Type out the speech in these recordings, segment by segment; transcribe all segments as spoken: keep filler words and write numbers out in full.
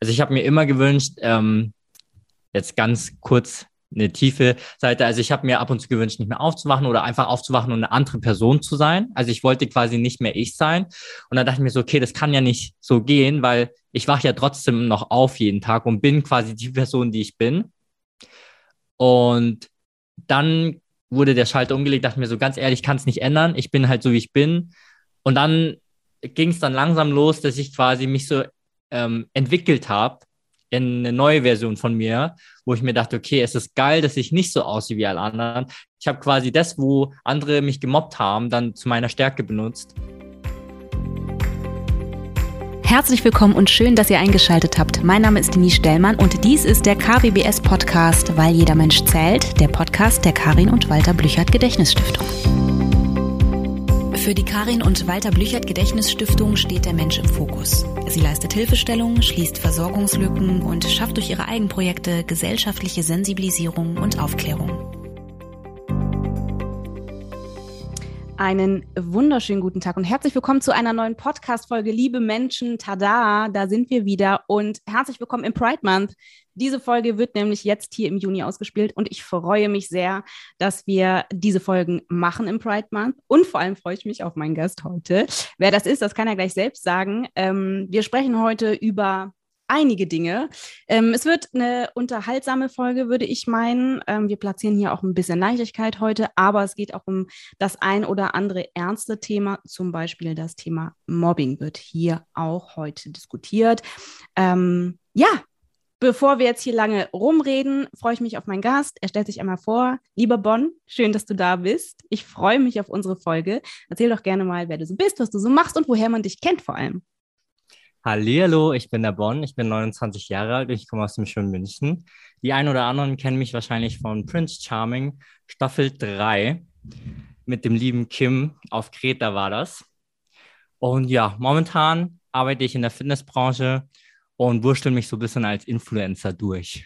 Also ich habe mir immer gewünscht, ähm, jetzt ganz kurz eine tiefe Seite, also ich habe mir ab und zu gewünscht, nicht mehr aufzuwachen oder einfach aufzuwachen und eine andere Person zu sein. Also ich wollte quasi nicht mehr ich sein. Und dann dachte ich mir so, okay, das kann ja nicht so gehen, weil ich wache ja trotzdem noch auf jeden Tag und bin quasi die Person, die ich bin. Und dann wurde der Schalter umgelegt, dachte mir so, ganz ehrlich, ich kann es nicht ändern. Ich bin halt so, wie ich bin. Und dann ging es dann langsam los, dass ich quasi mich so ähm, entwickelt habe in eine neue Version von mir, wo ich mir dachte, okay, es ist geil, dass ich nicht so aussehe wie alle anderen. Ich habe quasi das, wo andere mich gemobbt haben, dann zu meiner Stärke benutzt. Herzlich willkommen und schön, dass ihr eingeschaltet habt. Mein Name ist Denise Stellmann und dies ist der K W B S-Podcast, weil jeder Mensch zählt, der Podcast der Karin und Walter Blüchert Gedächtnisstiftung. Für die Karin und Walter Blüchert Gedächtnisstiftung steht der Mensch im Fokus. Sie leistet Hilfestellung, schließt Versorgungslücken und schafft durch ihre Eigenprojekte gesellschaftliche Sensibilisierung und Aufklärung. Einen wunderschönen guten Tag und herzlich willkommen zu einer neuen Podcast-Folge. Liebe Menschen, tada, da sind wir wieder und herzlich willkommen im Pride Month. Diese Folge wird nämlich jetzt hier im Juni ausgespielt und ich freue mich sehr, dass wir diese Folgen machen im Pride Month und vor allem freue ich mich auf meinen Gast heute. Wer das ist, das kann er gleich selbst sagen. Ähm, wir sprechen heute über einige Dinge. Ähm, es wird eine unterhaltsame Folge, würde ich meinen. Ähm, wir platzieren hier auch ein bisschen Leichtigkeit heute, aber es geht auch um das ein oder andere ernste Thema. Zum Beispiel das Thema Mobbing wird hier auch heute diskutiert. Ähm, ja, bevor wir jetzt hier lange rumreden, freue ich mich auf meinen Gast. Er stellt sich einmal vor. Lieber Bon, schön, dass du da bist. Ich freue mich auf unsere Folge. Erzähl doch gerne mal, wer du so bist, was du so machst und woher man dich kennt vor allem. Hallihallo, ich bin der Bon, ich bin neunundzwanzig Jahre alt, ich komme aus dem schönen München. Die einen oder anderen kennen mich wahrscheinlich von Prince Charming, Staffel drei, mit dem lieben Kim, auf Kreta war das. Und ja, momentan arbeite ich in der Fitnessbranche und wurschtel mich so ein bisschen als Influencer durch.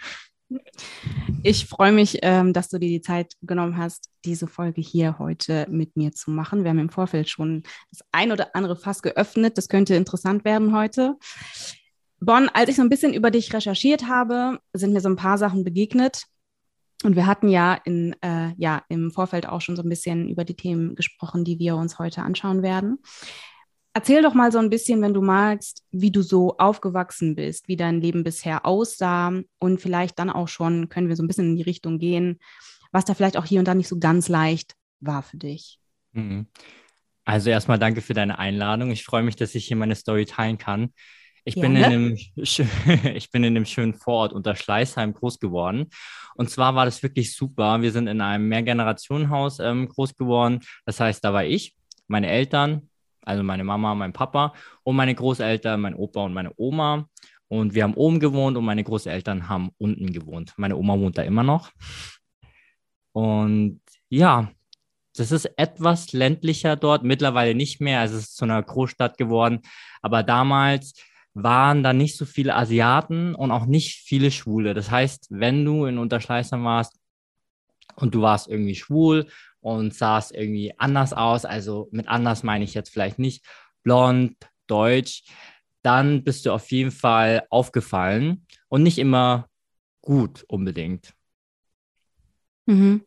Ich freue mich, ähm, dass du dir die Zeit genommen hast, diese Folge hier heute mit mir zu machen. Wir haben im Vorfeld schon das ein oder andere Fass geöffnet. Das könnte interessant werden heute. Bon, als ich so ein bisschen über dich recherchiert habe, sind mir so ein paar Sachen begegnet. Und wir hatten ja, in, äh, ja im Vorfeld auch schon so ein bisschen über die Themen gesprochen, die wir uns heute anschauen werden. Erzähl doch mal so ein bisschen, wenn du magst, wie du so aufgewachsen bist, wie dein Leben bisher aussah und vielleicht dann auch schon, können wir so ein bisschen in die Richtung gehen, was da vielleicht auch hier und da nicht so ganz leicht war für dich. Also erstmal danke für deine Einladung. Ich freue mich, dass ich hier meine Story teilen kann. Ich bin, in einem, ich bin in einem schönen Vorort unter Schleißheim groß geworden. Und zwar war das wirklich super. Wir sind in einem Mehrgenerationenhaus ähm, groß geworden. Das heißt, da war ich, meine Eltern, also meine Mama, mein Papa und meine Großeltern, mein Opa und meine Oma. Und wir haben oben gewohnt und meine Großeltern haben unten gewohnt. Meine Oma wohnt da immer noch. Und ja, das ist etwas ländlicher dort, mittlerweile nicht mehr. Es ist zu einer Großstadt geworden. Aber damals waren da nicht so viele Asiaten und auch nicht viele Schwule. Das heißt, wenn du in Unterschleißheim warst und du warst irgendwie schwul und sahst irgendwie anders aus, also mit anders meine ich jetzt vielleicht nicht blond, deutsch, dann bist du auf jeden Fall aufgefallen und nicht immer gut unbedingt. Mhm.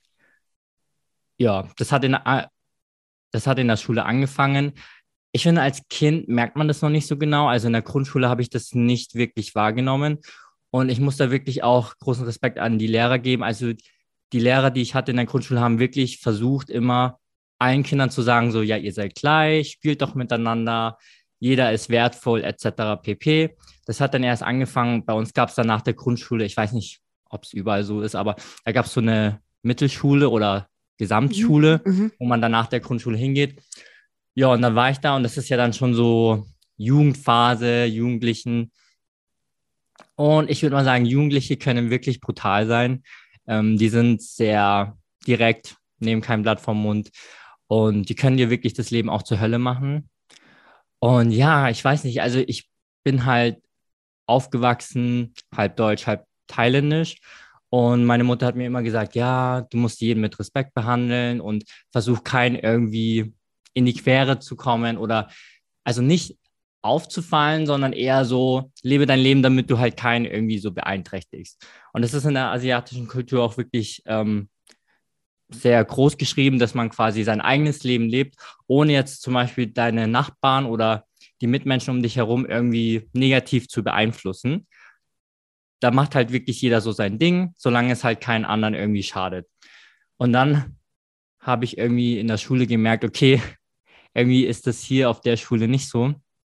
Ja, das hat, in, das hat in der Schule angefangen. Ich finde, als Kind merkt man das noch nicht so genau. Also in der Grundschule habe ich das nicht wirklich wahrgenommen. Und ich muss da wirklich auch großen Respekt an die Lehrer geben. Also die Lehrer, die ich hatte in der Grundschule, haben wirklich versucht, immer allen Kindern zu sagen, so, ja, ihr seid gleich, spielt doch miteinander, jeder ist wertvoll, et cetera pp. Das hat dann erst angefangen, bei uns gab es dann nach der Grundschule, ich weiß nicht, ob es überall so ist, aber da gab es so eine Mittelschule oder Gesamtschule, mhm. wo man dann nach der Grundschule hingeht. Ja, und dann war ich da und das ist ja dann schon so Jugendphase, Jugendlichen. Und ich würde mal sagen, Jugendliche können wirklich brutal sein. Ähm, die sind sehr direkt, nehmen kein Blatt vom Mund und die können dir wirklich das Leben auch zur Hölle machen. Und ja, ich weiß nicht, also ich bin halt aufgewachsen, halb deutsch, halb thailändisch. Und meine Mutter hat mir immer gesagt, ja, du musst jeden mit Respekt behandeln und versuch keinen irgendwie in die Quere zu kommen oder, also nicht aufzufallen, sondern eher so, lebe dein Leben, damit du halt keinen irgendwie so beeinträchtigst. Und das ist in der asiatischen Kultur auch wirklich ähm, sehr groß geschrieben, dass man quasi sein eigenes Leben lebt, ohne jetzt zum Beispiel deine Nachbarn oder die Mitmenschen um dich herum irgendwie negativ zu beeinflussen. Da macht halt wirklich jeder so sein Ding, solange es halt keinen anderen irgendwie schadet. Und dann habe ich irgendwie in der Schule gemerkt, okay, irgendwie ist das hier auf der Schule nicht so.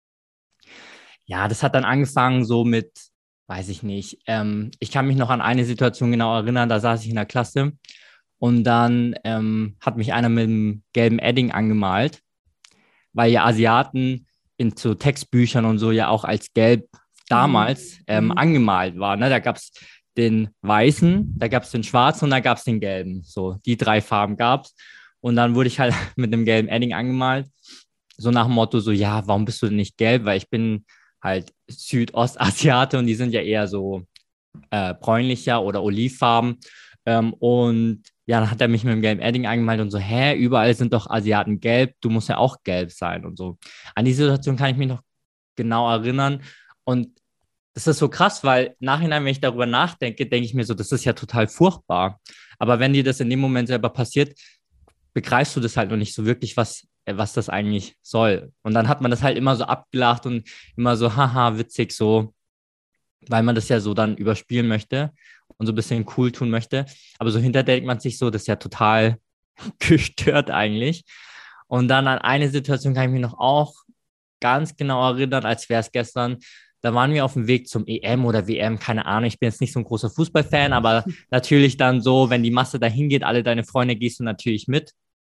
Ja, das hat dann angefangen so mit, weiß ich nicht, ähm, ich kann mich noch an eine Situation genau erinnern, da saß ich in der Klasse und dann ähm, hat mich einer mit einem gelben Edding angemalt, weil ja Asiaten in so Textbüchern und so ja auch als gelb damals ähm, Mhm. angemalt war. Ne? Da gab es den weißen, da gab es den schwarzen und da gab es den gelben. So, die drei Farben gab es. Und dann wurde ich halt mit einem gelben Edding angemalt. So nach dem Motto, so, ja, warum bist du denn nicht gelb? Weil ich bin halt Südostasiate und die sind ja eher so äh, bräunlicher oder olivfarben. Ähm, und ja, dann hat er mich mit dem gelben Edding angemalt und so, hä, überall sind doch Asiaten gelb, du musst ja auch gelb sein und so. An die Situation kann ich mich noch genau erinnern. Und das ist so krass, weil nachhinein, wenn ich darüber nachdenke, denke ich mir so, das ist ja total furchtbar. Aber wenn dir das in dem Moment selber passiert, begreifst du das halt noch nicht so wirklich, was, was das eigentlich soll. Und dann hat man das halt immer so abgelacht und immer so, haha, witzig, so, weil man das ja so dann überspielen möchte und so ein bisschen cool tun möchte. Aber so hinterher denkt man sich so, das ist ja total gestört eigentlich. Und dann an eine Situation kann ich mich noch auch ganz genau erinnern, als wäre es gestern. Da waren wir auf dem Weg zum E M oder W M, keine Ahnung. Ich bin jetzt nicht so ein großer Fußballfan, aber natürlich dann so, wenn die Masse dahin geht, alle deine Freunde, gehst du natürlich mit.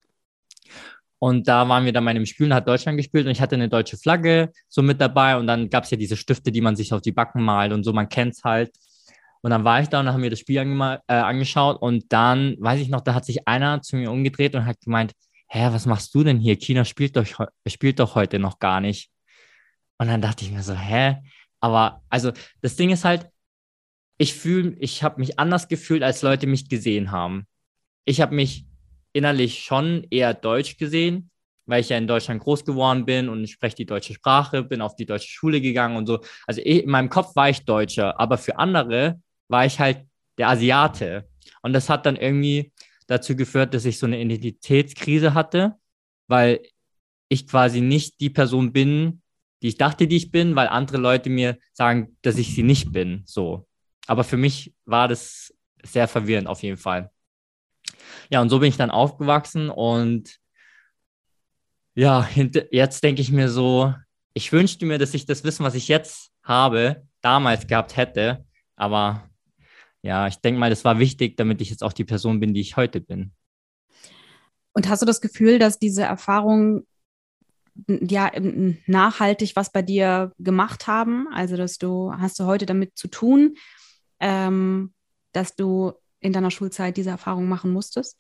Und da waren wir dann mal in einem Spiel und hat Deutschland gespielt und ich hatte eine deutsche Flagge so mit dabei und dann gab es ja diese Stifte, die man sich auf die Backen malt und so, man kennt es halt. Und dann war ich da und dann haben wir das Spiel angema- äh, angeschaut und dann, weiß ich noch, da hat sich einer zu mir umgedreht und hat gemeint, hä, was machst du denn hier? China spielt doch, spielt doch heute noch gar nicht. Und dann dachte ich mir so, hä? Aber also das Ding ist halt, ich fühle, ich habe mich anders gefühlt, als Leute mich gesehen haben. Ich habe mich innerlich schon eher deutsch gesehen, weil ich ja in Deutschland groß geworden bin und ich spreche die deutsche Sprache, bin auf die deutsche Schule gegangen und so. Also ich, in meinem Kopf war ich Deutscher, aber für andere war ich halt der Asiate. Und das hat dann irgendwie dazu geführt, dass ich so eine Identitätskrise hatte, weil ich quasi nicht die Person bin, die ich dachte, die ich bin, weil andere Leute mir sagen, dass ich sie nicht bin. So. Aber für mich war das sehr verwirrend auf jeden Fall. Ja, und so bin ich dann aufgewachsen und ja, jetzt denke ich mir so, ich wünschte mir, dass ich das Wissen, was ich jetzt habe, damals gehabt hätte. Aber ja, ich denke mal, das war wichtig, damit ich jetzt auch die Person bin, die ich heute bin. Und hast du das Gefühl, dass diese Erfahrungen ja nachhaltig was bei dir gemacht haben? Also, dass du, hast du heute damit zu tun, ähm, dass du in deiner Schulzeit diese Erfahrung machen musstest?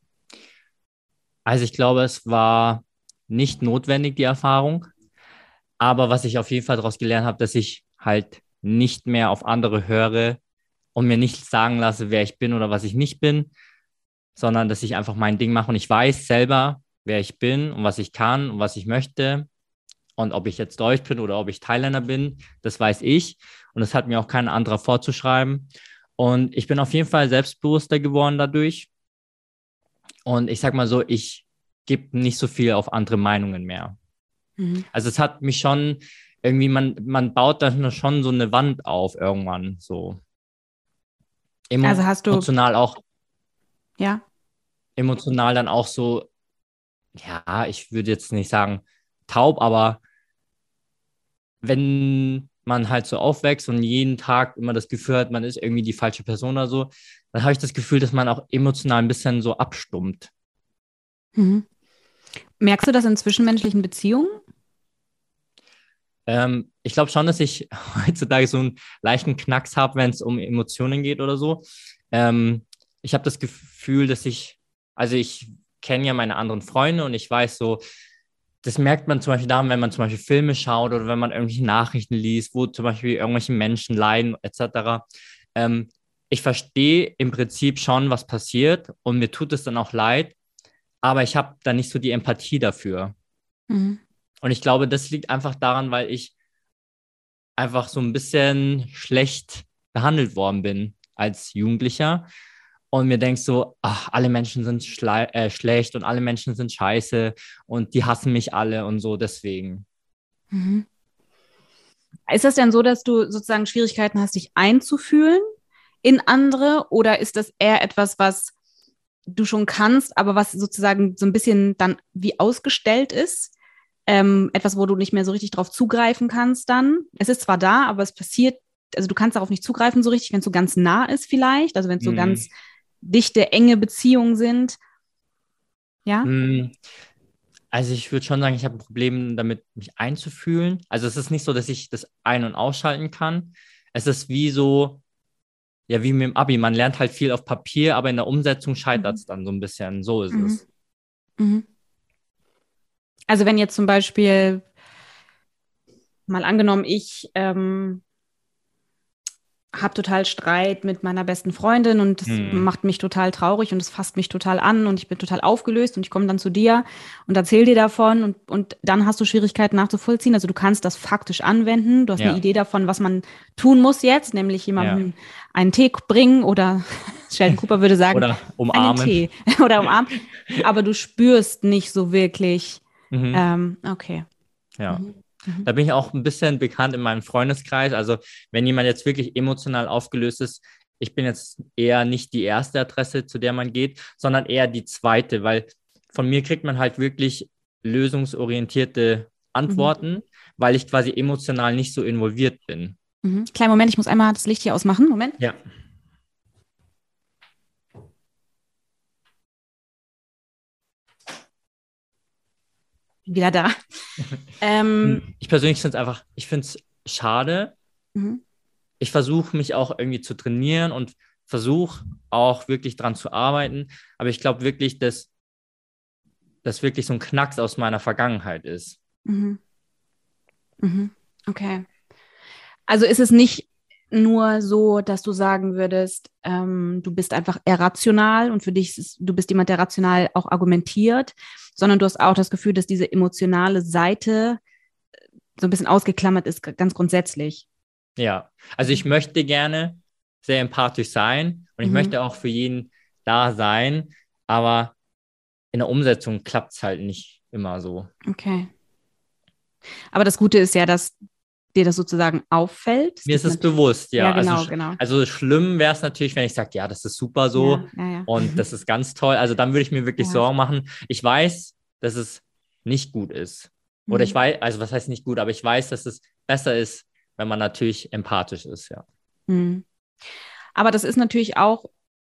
Also ich glaube, es war nicht notwendig, die Erfahrung. Aber was ich auf jeden Fall daraus gelernt habe, dass ich halt nicht mehr auf andere höre und mir nicht sagen lasse, wer ich bin oder was ich nicht bin, sondern dass ich einfach mein Ding mache und ich weiß selber, wer ich bin und was ich kann und was ich möchte. Und ob ich jetzt Deutsch bin oder ob ich Thailänder bin, das weiß ich. Und das hat mir auch kein anderer vorzuschreiben. Und ich bin auf jeden Fall selbstbewusster geworden dadurch. Und ich sag mal so, ich gebe nicht so viel auf andere Meinungen mehr. Mhm. Also es hat mich schon irgendwie, man, man baut dann schon so eine Wand auf irgendwann. So Also hast du, emotional auch, ja, emotional dann auch so, ja, ich würde jetzt nicht sagen taub, aber wenn man halt so aufwächst und jeden Tag immer das Gefühl hat, man ist irgendwie die falsche Person oder so, dann habe ich das Gefühl, dass man auch emotional ein bisschen so abstummt. mhm. Merkst du das in zwischenmenschlichen Beziehungen? Ähm, ich glaube schon, dass ich heutzutage so einen leichten Knacks habe, wenn es um Emotionen geht oder so. Ähm, ich habe das Gefühl, dass ich, also ich kenne ja meine anderen Freunde und ich weiß so, das merkt man zum Beispiel daran, wenn man zum Beispiel Filme schaut oder wenn man irgendwelche Nachrichten liest, wo zum Beispiel irgendwelche Menschen leiden et cetera. Ähm, ich verstehe im Prinzip schon, was passiert und mir tut es dann auch leid, aber ich habe da nicht so die Empathie dafür. Mhm. Und ich glaube, das liegt einfach daran, weil ich einfach so ein bisschen schlecht behandelt worden bin als Jugendlicher und mir denkst so, ach, alle Menschen sind schle äh, schlecht und alle Menschen sind scheiße und die hassen mich alle und so deswegen. Mhm. Ist das denn so, dass du sozusagen Schwierigkeiten hast, dich einzufühlen in andere, oder ist das eher etwas, was du schon kannst, aber was sozusagen so ein bisschen dann wie ausgestellt ist? Ähm, etwas, wo du nicht mehr so richtig drauf zugreifen kannst dann. Es ist zwar da, aber es passiert, also du kannst darauf nicht zugreifen so richtig, wenn es so ganz nah ist vielleicht, also wenn es so Mhm. ganz dichte, enge Beziehungen sind. Ja? Mhm. Also ich würde schon sagen, ich habe ein Problem damit, mich einzufühlen. Also es ist nicht so, dass ich das ein- und ausschalten kann. Es ist wie so, ja, wie mit dem Abi. Man lernt halt viel auf Papier, aber in der Umsetzung scheitert es Mhm. dann so ein bisschen. So ist Mhm. es. Mhm. Also wenn jetzt zum Beispiel, mal angenommen, ich ähm, habe total Streit mit meiner besten Freundin und das Mhm. macht mich total traurig und es fasst mich total an und ich bin total aufgelöst und ich komme dann zu dir und erzähle dir davon und, und dann hast du Schwierigkeiten nachzuvollziehen. Also du kannst das faktisch anwenden. Du hast eine Ja, Idee davon, was man tun muss jetzt, nämlich ja. jemandem einen Tee bringen oder Sheldon Cooper würde sagen, Oder einen umarmen. Tee oder umarmen. Aber du spürst nicht so wirklich, Mhm. ähm, okay. Ja. Mhm. Mhm. Da bin ich auch ein bisschen bekannt in meinem Freundeskreis. Also wenn jemand jetzt wirklich emotional aufgelöst ist, ich bin jetzt eher nicht die erste Adresse, zu der man geht, sondern eher die zweite, weil von mir kriegt man halt wirklich lösungsorientierte Mhm. Antworten, weil ich quasi emotional nicht so involviert bin. Mhm. Kleinen Moment, ich muss einmal das Licht hier ausmachen. Moment. Ja. Wieder da. Ähm, Ich persönlich finde es einfach, ich finde es schade. mhm. Ich versuche mich auch irgendwie zu trainieren und versuche auch wirklich dran zu arbeiten. Aber ich glaube wirklich, dass das wirklich so ein Knacks aus meiner Vergangenheit ist. Mhm. Mhm. Okay. Also ist es nicht nur so, dass du sagen würdest, ähm, du bist einfach irrational und für dich ist es, du bist jemand, der rational auch argumentiert, sondern du hast auch das Gefühl, dass diese emotionale Seite so ein bisschen ausgeklammert ist, g- ganz grundsätzlich. Ja, also ich möchte gerne sehr empathisch sein und ich Mhm. möchte auch für jeden da sein, aber in der Umsetzung klappt es halt nicht immer so. Okay. Aber das Gute ist ja, dass dir das sozusagen auffällt. Es Mir ist gibt es natürlich. bewusst, Ja, ja. Also, genau, sch- genau. also schlimm wäre es natürlich, wenn ich sage, ja, das ist super so Ja, ja, ja. und das ist ganz toll. Also dann würde ich mir wirklich Ja. Sorgen machen. Ich weiß, dass es nicht gut ist. Oder ich Mhm. weiß, also was heißt nicht gut, aber ich weiß, dass es besser ist, wenn man natürlich empathisch ist, ja. Mhm. Aber das ist natürlich auch,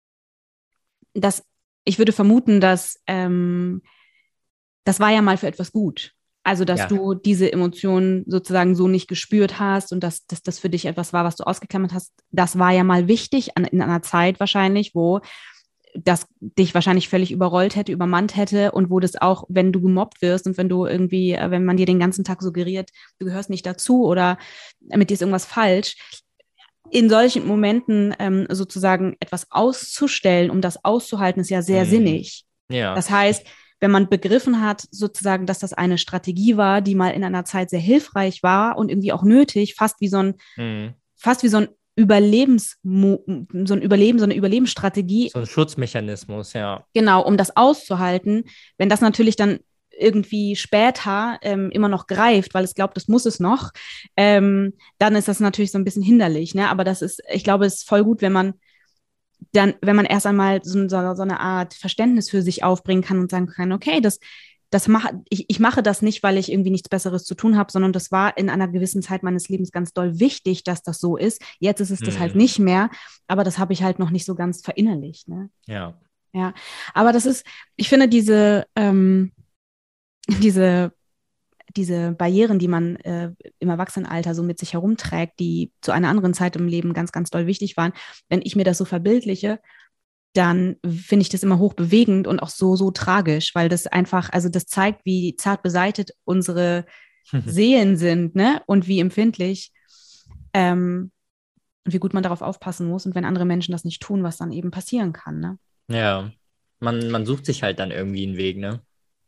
dass ich würde vermuten, dass ähm, das war ja mal für etwas gut. Also, dass Ja. du diese Emotionen sozusagen so nicht gespürt hast und dass, dass das für dich etwas war, was du ausgeklammert hast. Das war ja mal wichtig an, in einer Zeit wahrscheinlich, wo das dich wahrscheinlich völlig überrollt hätte, übermannt hätte und wo das auch, wenn du gemobbt wirst und wenn du irgendwie, äh, wenn man dir den ganzen Tag suggeriert, du gehörst nicht dazu oder mit dir ist irgendwas falsch, in solchen Momenten ähm, sozusagen etwas auszustellen, um das auszuhalten, ist ja sehr Mhm. sinnig. Ja. Das heißt, wenn man begriffen hat, sozusagen, dass das eine Strategie war, die mal in einer Zeit sehr hilfreich war und irgendwie auch nötig, fast wie so ein, Mhm. fast wie so ein Überlebens, so ein Überleben, so eine Überlebensstrategie, So ein Schutzmechanismus, ja. genau, um das auszuhalten. Wenn das natürlich dann irgendwie später ähm, immer noch greift, weil es glaubt, das muss es noch, ähm, dann ist das natürlich so ein bisschen hinderlich. Ne? Aber das ist, ich glaube, es ist voll gut, wenn man dann, wenn man erst einmal so, so, so eine Art Verständnis für sich aufbringen kann und sagen kann, okay, das, das mach, ich, ich mache das nicht, weil ich irgendwie nichts Besseres zu tun habe, sondern das war in einer gewissen Zeit meines Lebens ganz doll wichtig, dass das so ist. Jetzt ist es das halt Mhm. nicht mehr, aber das habe ich halt noch nicht so ganz verinnerlicht. Ne? Ja. Ja, aber das ist, ich finde diese, ähm, diese, diese Barrieren, die man äh, im Erwachsenenalter so mit sich herumträgt, die zu einer anderen Zeit im Leben ganz, ganz doll wichtig waren, wenn ich mir das so verbildliche, dann finde ich das immer hochbewegend und auch so, so tragisch, weil das einfach, also das zeigt, wie zart beseitet unsere Seelen sind, ne? Und wie empfindlich ähm, und wie gut man darauf aufpassen muss und wenn andere Menschen das nicht tun, was dann eben passieren kann, ne? Ja. Man, man sucht sich halt dann irgendwie einen Weg, ne?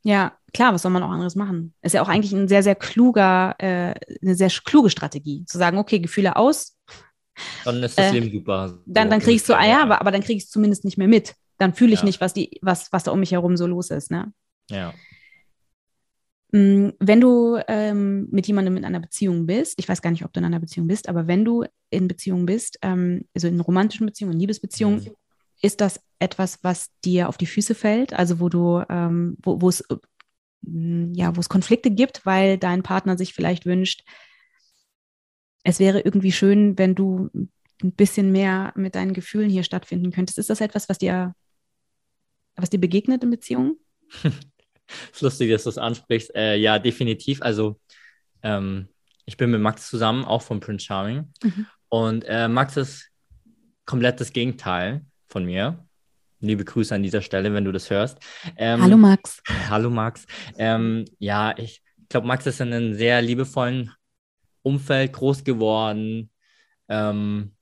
Ja, klar, was soll man auch anderes machen? Ist ja auch eigentlich ein sehr, sehr kluger, äh, eine sehr kluge Strategie, zu sagen, okay, Gefühle aus, Dann ist das äh, Leben super, dann, so dann kriegst du, ungefähr, ah ja, ja. aber, aber dann kriegst du zumindest nicht mehr mit. Dann fühle ich Ja, nicht, was die, was, was da um mich herum so los ist, ne? ja. Mm, Wenn du ähm, mit jemandem in einer Beziehung bist, ich weiß gar nicht, ob du in einer Beziehung bist, aber wenn du in Beziehung bist, ähm, also in romantischen Beziehungen, in Liebesbeziehungen, Mhm. ist das etwas, was dir auf die Füße fällt? Also wo du, ähm, wo, wo es, äh, mm, ja, wo es Konflikte gibt, weil dein Partner sich vielleicht wünscht, es wäre irgendwie schön, wenn du ein bisschen mehr mit deinen Gefühlen hier stattfinden könntest. Ist das etwas, was dir, was dir begegnet in Beziehungen? Es ist lustig, dass du es ansprichst. Äh, ja, definitiv. Also, ähm, ich bin mit Max zusammen, auch von Prince Charming. Mhm. Und äh, Max ist komplett das Gegenteil von mir. Liebe Grüße an dieser Stelle, wenn du das hörst. Hallo Ähm, Max. hallo Max. Ähm, ja, ich glaube, Max ist in einem sehr liebevollen Umfeld groß geworden. Ähm,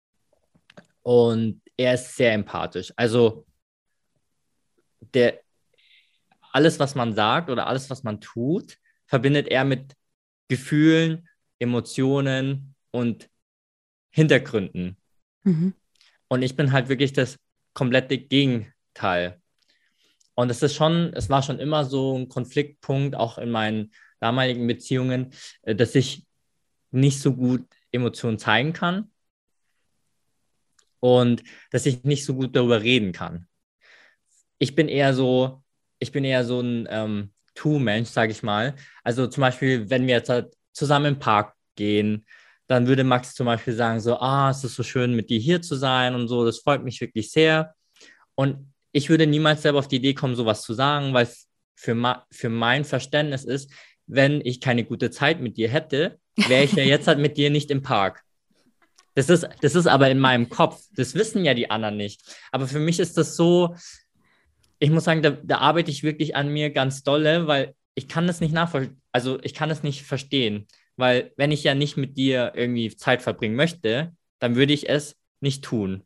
und er ist sehr empathisch. Also, der, alles, was man sagt oder alles, was man tut, verbindet er mit Gefühlen, Emotionen und Hintergründen. Mhm. Und ich bin halt wirklich das komplette Gegenteil. Und es ist schon, es war schon immer so ein Konfliktpunkt, auch in meinen damaligen Beziehungen, äh, dass ich nicht so gut Emotionen zeigen kann und dass ich nicht so gut darüber reden kann. Ich bin eher so, ich bin eher so ein ähm, Tu-Mensch, sage ich mal. Also zum Beispiel, wenn wir jetzt halt zusammen im Park gehen, dann würde Max zum Beispiel sagen so, ah, es ist so schön, mit dir hier zu sein und so, das freut mich wirklich sehr. Und ich würde niemals selber auf die Idee kommen, sowas zu sagen, weil für, ma für mein Verständnis ist, wenn ich keine gute Zeit mit dir hätte, wäre ich ja jetzt halt mit dir nicht im Park. Das ist, das ist aber in meinem Kopf. Das wissen ja die anderen nicht. Aber für mich ist das so, ich muss sagen, da, da arbeite ich wirklich an mir ganz dolle, weil ich kann das nicht nachvollziehen, also ich kann es nicht verstehen, weil wenn ich ja nicht mit dir irgendwie Zeit verbringen möchte, dann würde ich es nicht tun.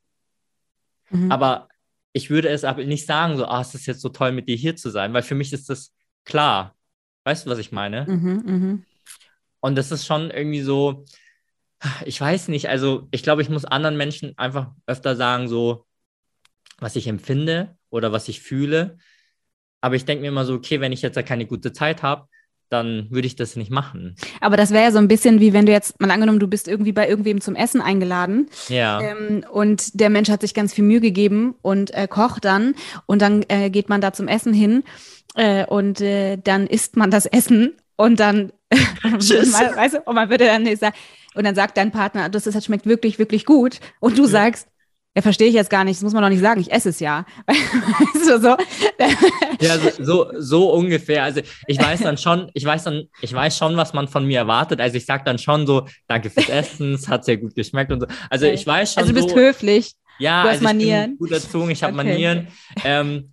Mhm. Aber ich würde es aber nicht sagen, so, ah, es ist jetzt so toll, mit dir hier zu sein, weil für mich ist das klar. Weißt du, was ich meine? Mhm. Mhm. Und das ist schon irgendwie so, ich weiß nicht, also ich glaube, ich muss anderen Menschen einfach öfter sagen, so, was ich empfinde oder was ich fühle. Aber ich denke mir immer so, okay, wenn ich jetzt da keine gute Zeit habe, dann würde ich das nicht machen. Aber das wäre ja so ein bisschen wie wenn du jetzt, mal angenommen, du bist irgendwie bei irgendwem zum Essen eingeladen, Ja. ähm, und der Mensch hat sich ganz viel Mühe gegeben und äh, kocht dann und dann äh, geht man da zum Essen hin, äh, und äh, dann isst man das Essen und dann, und Tschüss. man, weißt du, und man würde dann nicht sagen, und dann sagt dein Partner, das, das schmeckt wirklich, wirklich gut und du Ja. sagst, ja, verstehe ich jetzt gar nicht, das muss man doch nicht sagen, ich esse es ja. Weißt du, so. Ja, so, so, so ungefähr. Also ich weiß dann schon, ich weiß dann, ich weiß schon, was man von mir erwartet. Also ich sage dann schon so, danke fürs Essen, es hat sehr gut geschmeckt und so. Also ich weiß Also schon du bist so, höflich, ja, du hast also ich bin Manieren. gut erzogen, ich habe Okay. Manieren. Ähm,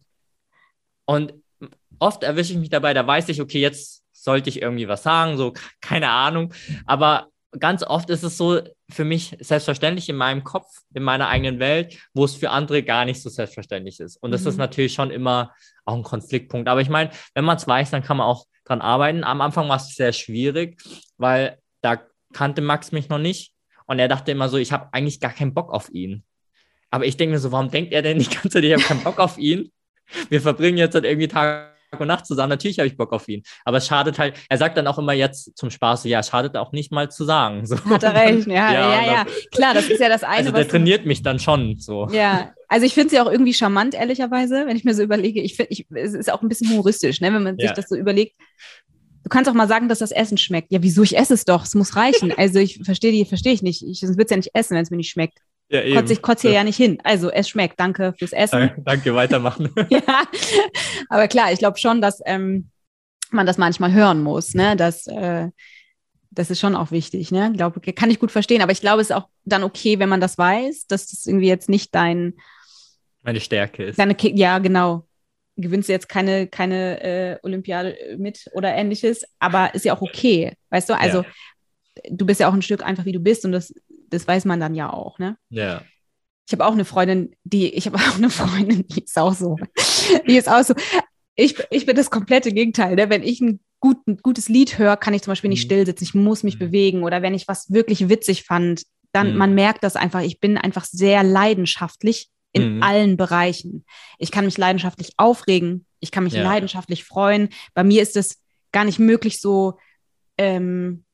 und oft erwische ich mich dabei, da weiß ich, okay, jetzt sollte ich irgendwie was sagen, so, keine Ahnung. Aber ganz oft ist es so für mich selbstverständlich in meinem Kopf, in meiner eigenen Welt, wo es für andere gar nicht so selbstverständlich ist. Und das ist Mhm. natürlich schon immer auch ein Konfliktpunkt. Aber ich meine, wenn man es weiß, dann kann man auch dran arbeiten. Am Anfang war es sehr schwierig, weil da kannte Max mich noch nicht. Und er dachte immer so, ich habe eigentlich gar keinen Bock auf ihn. Aber ich denke mir so, warum denkt er denn die ganze Zeit, ich habe keinen Bock auf ihn? Wir verbringen jetzt halt irgendwie Tag und Nacht zusammen. Natürlich habe ich Bock auf ihn. Aber es schadet halt, er sagt dann auch immer jetzt zum Spaß, so, ja, es schadet auch nicht mal zu sagen. So, Hat er und dann, recht, ja, ja, ja, und dann, ja. Klar, das ist ja das also eine, der was du, trainiert mich dann schon so. ja, also ich finde es ja auch irgendwie charmant, ehrlicherweise, wenn ich mir so überlege, ich finde, ich, es ist auch ein bisschen humoristisch, ne, wenn man sich Ja, das so überlegt. Du kannst auch mal sagen, dass das Essen schmeckt. Ja, wieso? Ich esse es doch, es muss reichen. Also ich verstehe die, verstehe ich nicht. Ich, sonst würde es ja nicht essen, wenn es mir nicht schmeckt. ja, Kotze eben. ich kotze hier So, ja nicht hin. Also es schmeckt, danke fürs Essen. danke, weitermachen. Ja, aber klar, ich glaube schon, dass ähm, man das manchmal hören muss, ne, dass äh, das ist schon auch wichtig, ne? Ich glaube, kann ich gut verstehen, aber ich glaube, es ist auch dann okay, wenn man das weiß, dass das irgendwie jetzt nicht dein, Meine Stärke ist. deine, Ki- ja, genau, gewinnst du jetzt keine, keine äh, Olympiade mit oder ähnliches, aber ist ja auch okay, weißt du? Ja, Also du bist ja auch ein Stück einfach, wie du bist und das, das weiß man dann ja auch, ne? ja. Ich habe auch eine Freundin, die, ich habe auch eine Freundin, die ist auch so, die ist auch so, Ich, ich bin das komplette Gegenteil. Ne? Wenn ich ein gut, ein gutes Lied höre, kann ich zum Beispiel nicht Mhm. still sitzen. Ich muss mich Mhm. bewegen. Oder wenn ich was wirklich witzig fand, dann, Mhm. man merkt das einfach. Ich bin einfach sehr leidenschaftlich in Mhm. allen Bereichen. Ich kann mich leidenschaftlich aufregen. Ich kann mich Ja. leidenschaftlich freuen. Bei mir ist es gar nicht möglich, so ähm,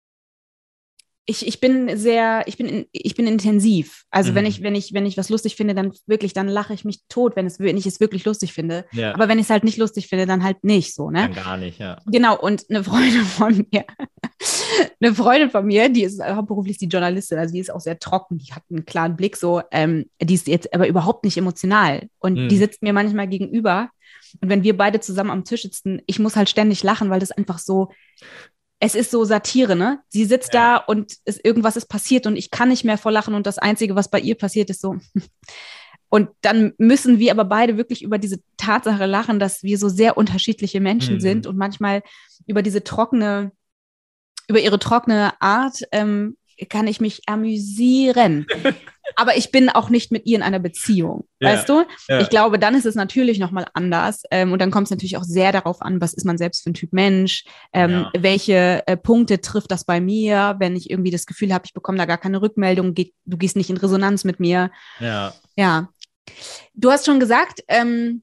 ich, ich bin sehr, ich bin, in, ich bin intensiv. Also Mhm. wenn ich, wenn ich, wenn ich was lustig finde, dann wirklich, dann lache ich mich tot, wenn es, wenn ich es wirklich lustig finde. Ja. Aber wenn ich es halt nicht lustig finde, dann halt nicht so, ne? Dann gar nicht, ja. Genau, und eine Freundin von mir, eine Freundin von mir, die ist hauptberuflich die Journalistin, also die ist auch sehr trocken, die hat einen klaren Blick so, ähm, die ist jetzt aber überhaupt nicht emotional. Und Mhm. die sitzt mir manchmal gegenüber. Und wenn wir beide zusammen am Tisch sitzen, ich muss halt ständig lachen, weil das einfach so, es ist so Satire, ne? Sie sitzt Ja. da und es, irgendwas ist passiert und ich kann nicht mehr vor lachen und das Einzige, was bei ihr passiert, ist so. Und dann müssen wir aber beide wirklich über diese Tatsache lachen, dass wir so sehr unterschiedliche Menschen Mhm. sind und manchmal über diese trockene, über ihre trockene Art ähm, kann ich mich amüsieren. Aber ich bin auch nicht mit ihr in einer Beziehung, Ja. weißt du? Ja. Ich glaube, dann ist es natürlich nochmal anders. Ähm, und dann kommt es natürlich auch sehr darauf an, was ist man selbst für ein Typ Mensch, ähm, Ja. welche äh, Punkte trifft das bei mir, wenn ich irgendwie das Gefühl habe, ich bekomme da gar keine Rückmeldung, geh, du gehst nicht in Resonanz mit mir. Ja. Ja. Du hast schon gesagt, ähm,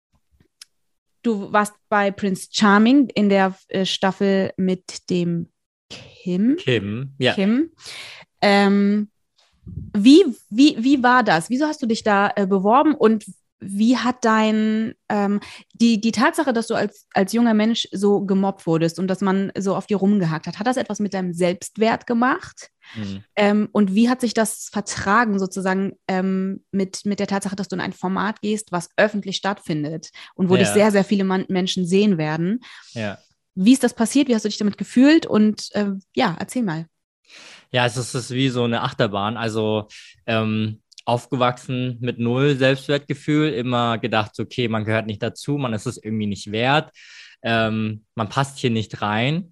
du warst bei Prince Charming in der äh, Staffel mit dem Kim. Kim, ja. Kim. Ähm, wie, wie, wie war das? Wieso hast du dich da äh, beworben und wie hat dein, ähm, die, die Tatsache, dass du als, als junger Mensch so gemobbt wurdest und dass man so auf dir rumgehackt hat, hat das etwas mit deinem Selbstwert gemacht? Mhm. Ähm, und wie hat sich das vertragen sozusagen ähm, mit, mit der Tatsache, dass du in ein Format gehst, was öffentlich stattfindet und wo Ja. dich sehr, sehr viele Man- Menschen sehen werden? Ja. Wie ist das passiert? Wie hast du dich damit gefühlt? Und äh, ja, erzähl mal. Ja, es ist, es ist wie so eine Achterbahn. Also ähm, aufgewachsen mit null Selbstwertgefühl, immer gedacht, okay, man gehört nicht dazu, man ist es irgendwie nicht wert, ähm, man passt hier nicht rein.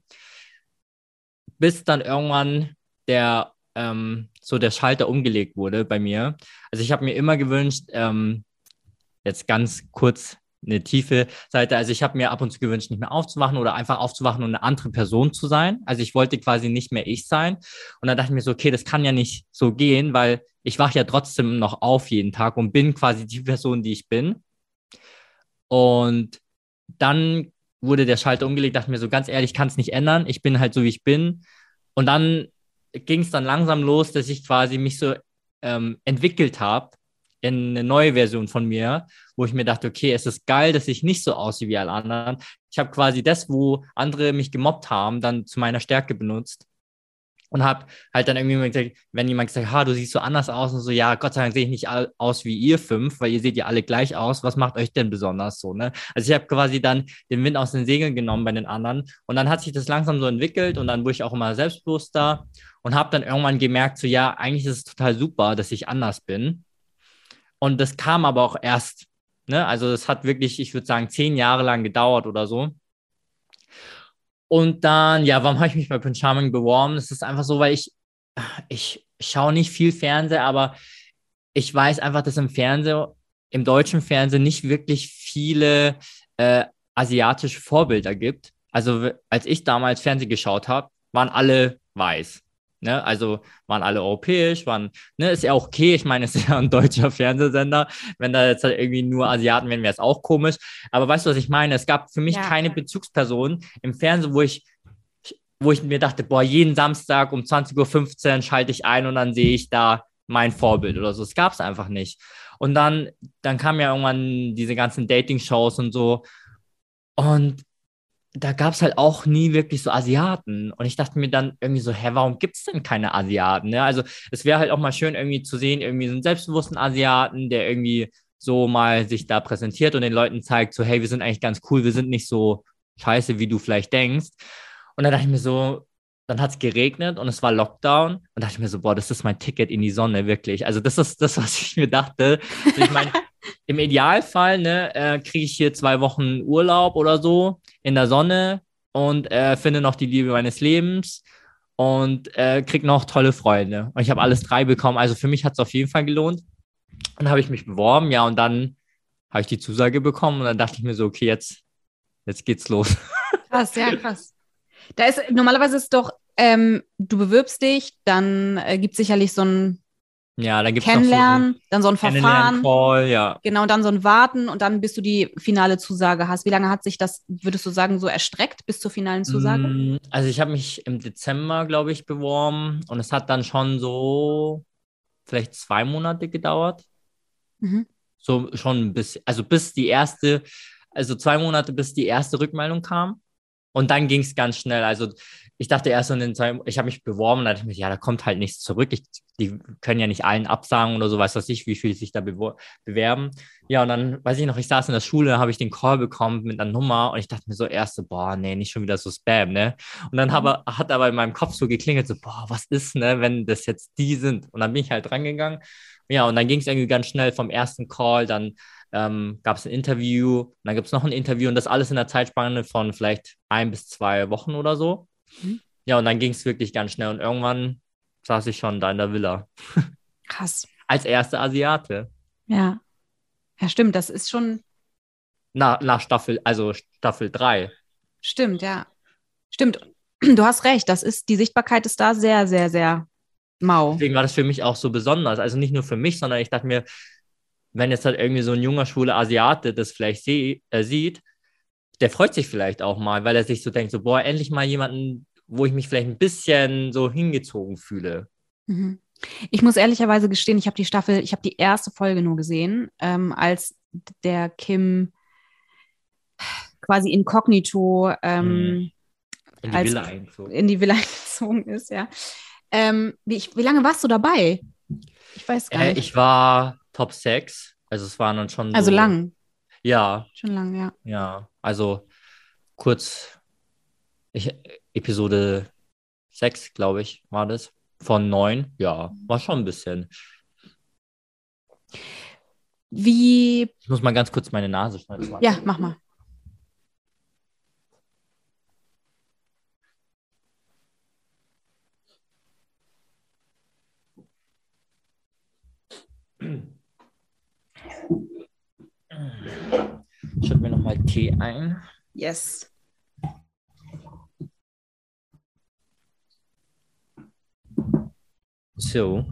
Bis dann irgendwann der ähm, so der Schalter umgelegt wurde bei mir. Also ich habe mir immer gewünscht, ähm, jetzt ganz kurz eine tiefe Seite. Also ich habe mir ab und zu gewünscht, nicht mehr aufzuwachen oder einfach aufzuwachen und eine andere Person zu sein. Also ich wollte quasi nicht mehr ich sein. Und dann dachte ich mir so, okay, das kann ja nicht so gehen, weil ich wache ja trotzdem noch auf jeden Tag und bin quasi die Person, die ich bin. Und dann wurde der Schalter umgelegt, dachte mir so, ganz ehrlich, ich kann es nicht ändern. Ich bin halt so, wie ich bin. Und dann ging es dann langsam los, dass ich quasi mich so ähm, entwickelt habe in eine neue Version von mir, wo ich mir dachte, okay, es ist geil, dass ich nicht so aussehe wie alle anderen. Ich habe quasi das, wo andere mich gemobbt haben, dann zu meiner Stärke benutzt und habe halt dann irgendwie gesagt, wenn jemand gesagt hat, ha, du siehst so anders aus und so, ja, Gott sei Dank sehe ich nicht aus wie ihr fünf, weil ihr seht ja alle gleich aus, was macht euch denn besonders so, ne? Also ich habe quasi dann den Wind aus den Segeln genommen bei den anderen und dann hat sich das langsam so entwickelt und dann wurde ich auch immer selbstbewusster und habe dann irgendwann gemerkt, so ja, eigentlich ist es total super, dass ich anders bin. Und das kam aber auch erst, ne? Also es hat wirklich, ich würde sagen, zehn Jahre lang gedauert oder so. Und dann, ja, warum habe ich mich bei Prince Charming beworben? Es ist einfach so, weil ich, ich schaue nicht viel Fernsehen, aber ich weiß einfach, dass im Fernsehen, im deutschen Fernsehen nicht wirklich viele äh, asiatische Vorbilder gibt. Also als ich damals Fernsehen geschaut habe, waren alle weiß. Ne? Also waren alle europäisch, waren, ne, ist ja auch okay. Ich meine, es ist ja ein deutscher Fernsehsender. Wenn da jetzt halt irgendwie nur Asiaten wären, wäre es auch komisch. Aber weißt du, was ich meine? Es gab für mich Ja. keine Bezugsperson im Fernsehen, wo ich, wo ich mir dachte, boah, jeden Samstag um zwanzig Uhr fünfzehn schalte ich ein und dann sehe ich da mein Vorbild oder so. Das gab es einfach nicht. Und dann, dann kamen ja irgendwann diese ganzen Dating-Shows und so. Und da gab es halt auch nie wirklich so Asiaten. Und ich dachte mir dann irgendwie so, hä, warum gibt es denn keine Asiaten? Ne? Also es wäre halt auch mal schön irgendwie zu sehen, irgendwie so einen selbstbewussten Asiaten, der irgendwie so mal sich da präsentiert und den Leuten zeigt, so hey, wir sind eigentlich ganz cool, wir sind nicht so scheiße, wie du vielleicht denkst. Und dann dachte ich mir so, dann hat es geregnet und es war Lockdown. Und dachte ich mir so, boah, das ist mein Ticket in die Sonne, wirklich. Also das ist das, was ich mir dachte. Also ich meine, im Idealfall ne, äh, kriege ich hier zwei Wochen Urlaub oder so in der Sonne und äh, finde noch die Liebe meines Lebens und äh, kriege noch tolle Freunde. Und ich habe alles drei bekommen. Also für mich hat es auf jeden Fall gelohnt. Und dann habe ich mich beworben, ja, und dann habe ich die Zusage bekommen und dann dachte ich mir so, okay, jetzt jetzt geht's los. Krass, ja, krass. Da ist, normalerweise ist es doch, ähm, du bewirbst dich, dann äh, gibt es sicherlich so ein Ja, dann gibt's noch so einen Kennenlernen, dann so ein Verfahren, Kennenlern-Call, ja. genau, und dann so ein Warten und dann bis du die finale Zusage hast. Wie lange hat sich das, würdest du sagen, so erstreckt bis zur finalen Zusage? Mm, Also ich habe mich im Dezember, glaube ich, beworben und es hat dann schon so vielleicht zwei Monate gedauert. Mhm. So schon ein bisschen, also bis die erste, also zwei Monate, bis die erste Rückmeldung kam. Und dann ging es ganz schnell. Also ich dachte erst so in den zwei, ich habe mich beworben und dachte ich mir, ja, da kommt halt nichts zurück. Ich, die können ja nicht allen absagen oder so, weiß was ich, wie viele sich da bewor- bewerben. Ja, und dann weiß ich noch, ich saß in der Schule, habe ich den Call bekommen mit einer Nummer und ich dachte mir so erst so, boah, nee, nicht schon wieder so Spam, ne? Und dann habe, hat aber in meinem Kopf so geklingelt, so, boah, was ist, ne, wenn das jetzt die sind? Und dann bin ich halt drangegangen. Ja, und dann ging es irgendwie ganz schnell vom ersten Call, dann ähm, gab es ein Interview, dann gibt es noch ein Interview und das alles in der Zeitspanne von vielleicht ein bis zwei Wochen oder so. Mhm. Ja, und dann ging es wirklich ganz schnell und irgendwann saß ich schon da in der Villa. Krass. Als erster Asiate. Ja. Ja, stimmt, das ist schon, Na, nach Staffel, also Staffel drei. stimmt, ja. Stimmt. Du hast recht, das ist, die Sichtbarkeit ist da sehr, sehr, sehr mau. Deswegen war das für mich auch so besonders. Also nicht nur für mich, sondern ich dachte mir, wenn jetzt halt irgendwie so ein junger, schwuler Asiate das vielleicht sie äh, sieht, der freut sich vielleicht auch mal, weil er sich so denkt, so, boah, endlich mal jemanden, wo ich mich vielleicht ein bisschen so hingezogen fühle. Mhm. Ich muss ehrlicherweise gestehen, ich habe die Staffel, ich habe die erste Folge nur gesehen, ähm, als der Kim quasi inkognito ähm, In die als Villa eingezogen. in die Villa gezogen ist, ja. Ähm, wie, ich, wie lange warst du dabei? Ich weiß gar Äh, nicht. ich war Top sechs, also es waren dann schon Also so, lang, ja, schon lang, ja. ja, also kurz, ich, Episode sechs, glaube ich, war das, von neun, ja, war schon ein bisschen. Wie, Ich muss mal ganz kurz meine Nase schneiden. ja, mach mal. Schütt mir nochmal Tee ein. Yes. So.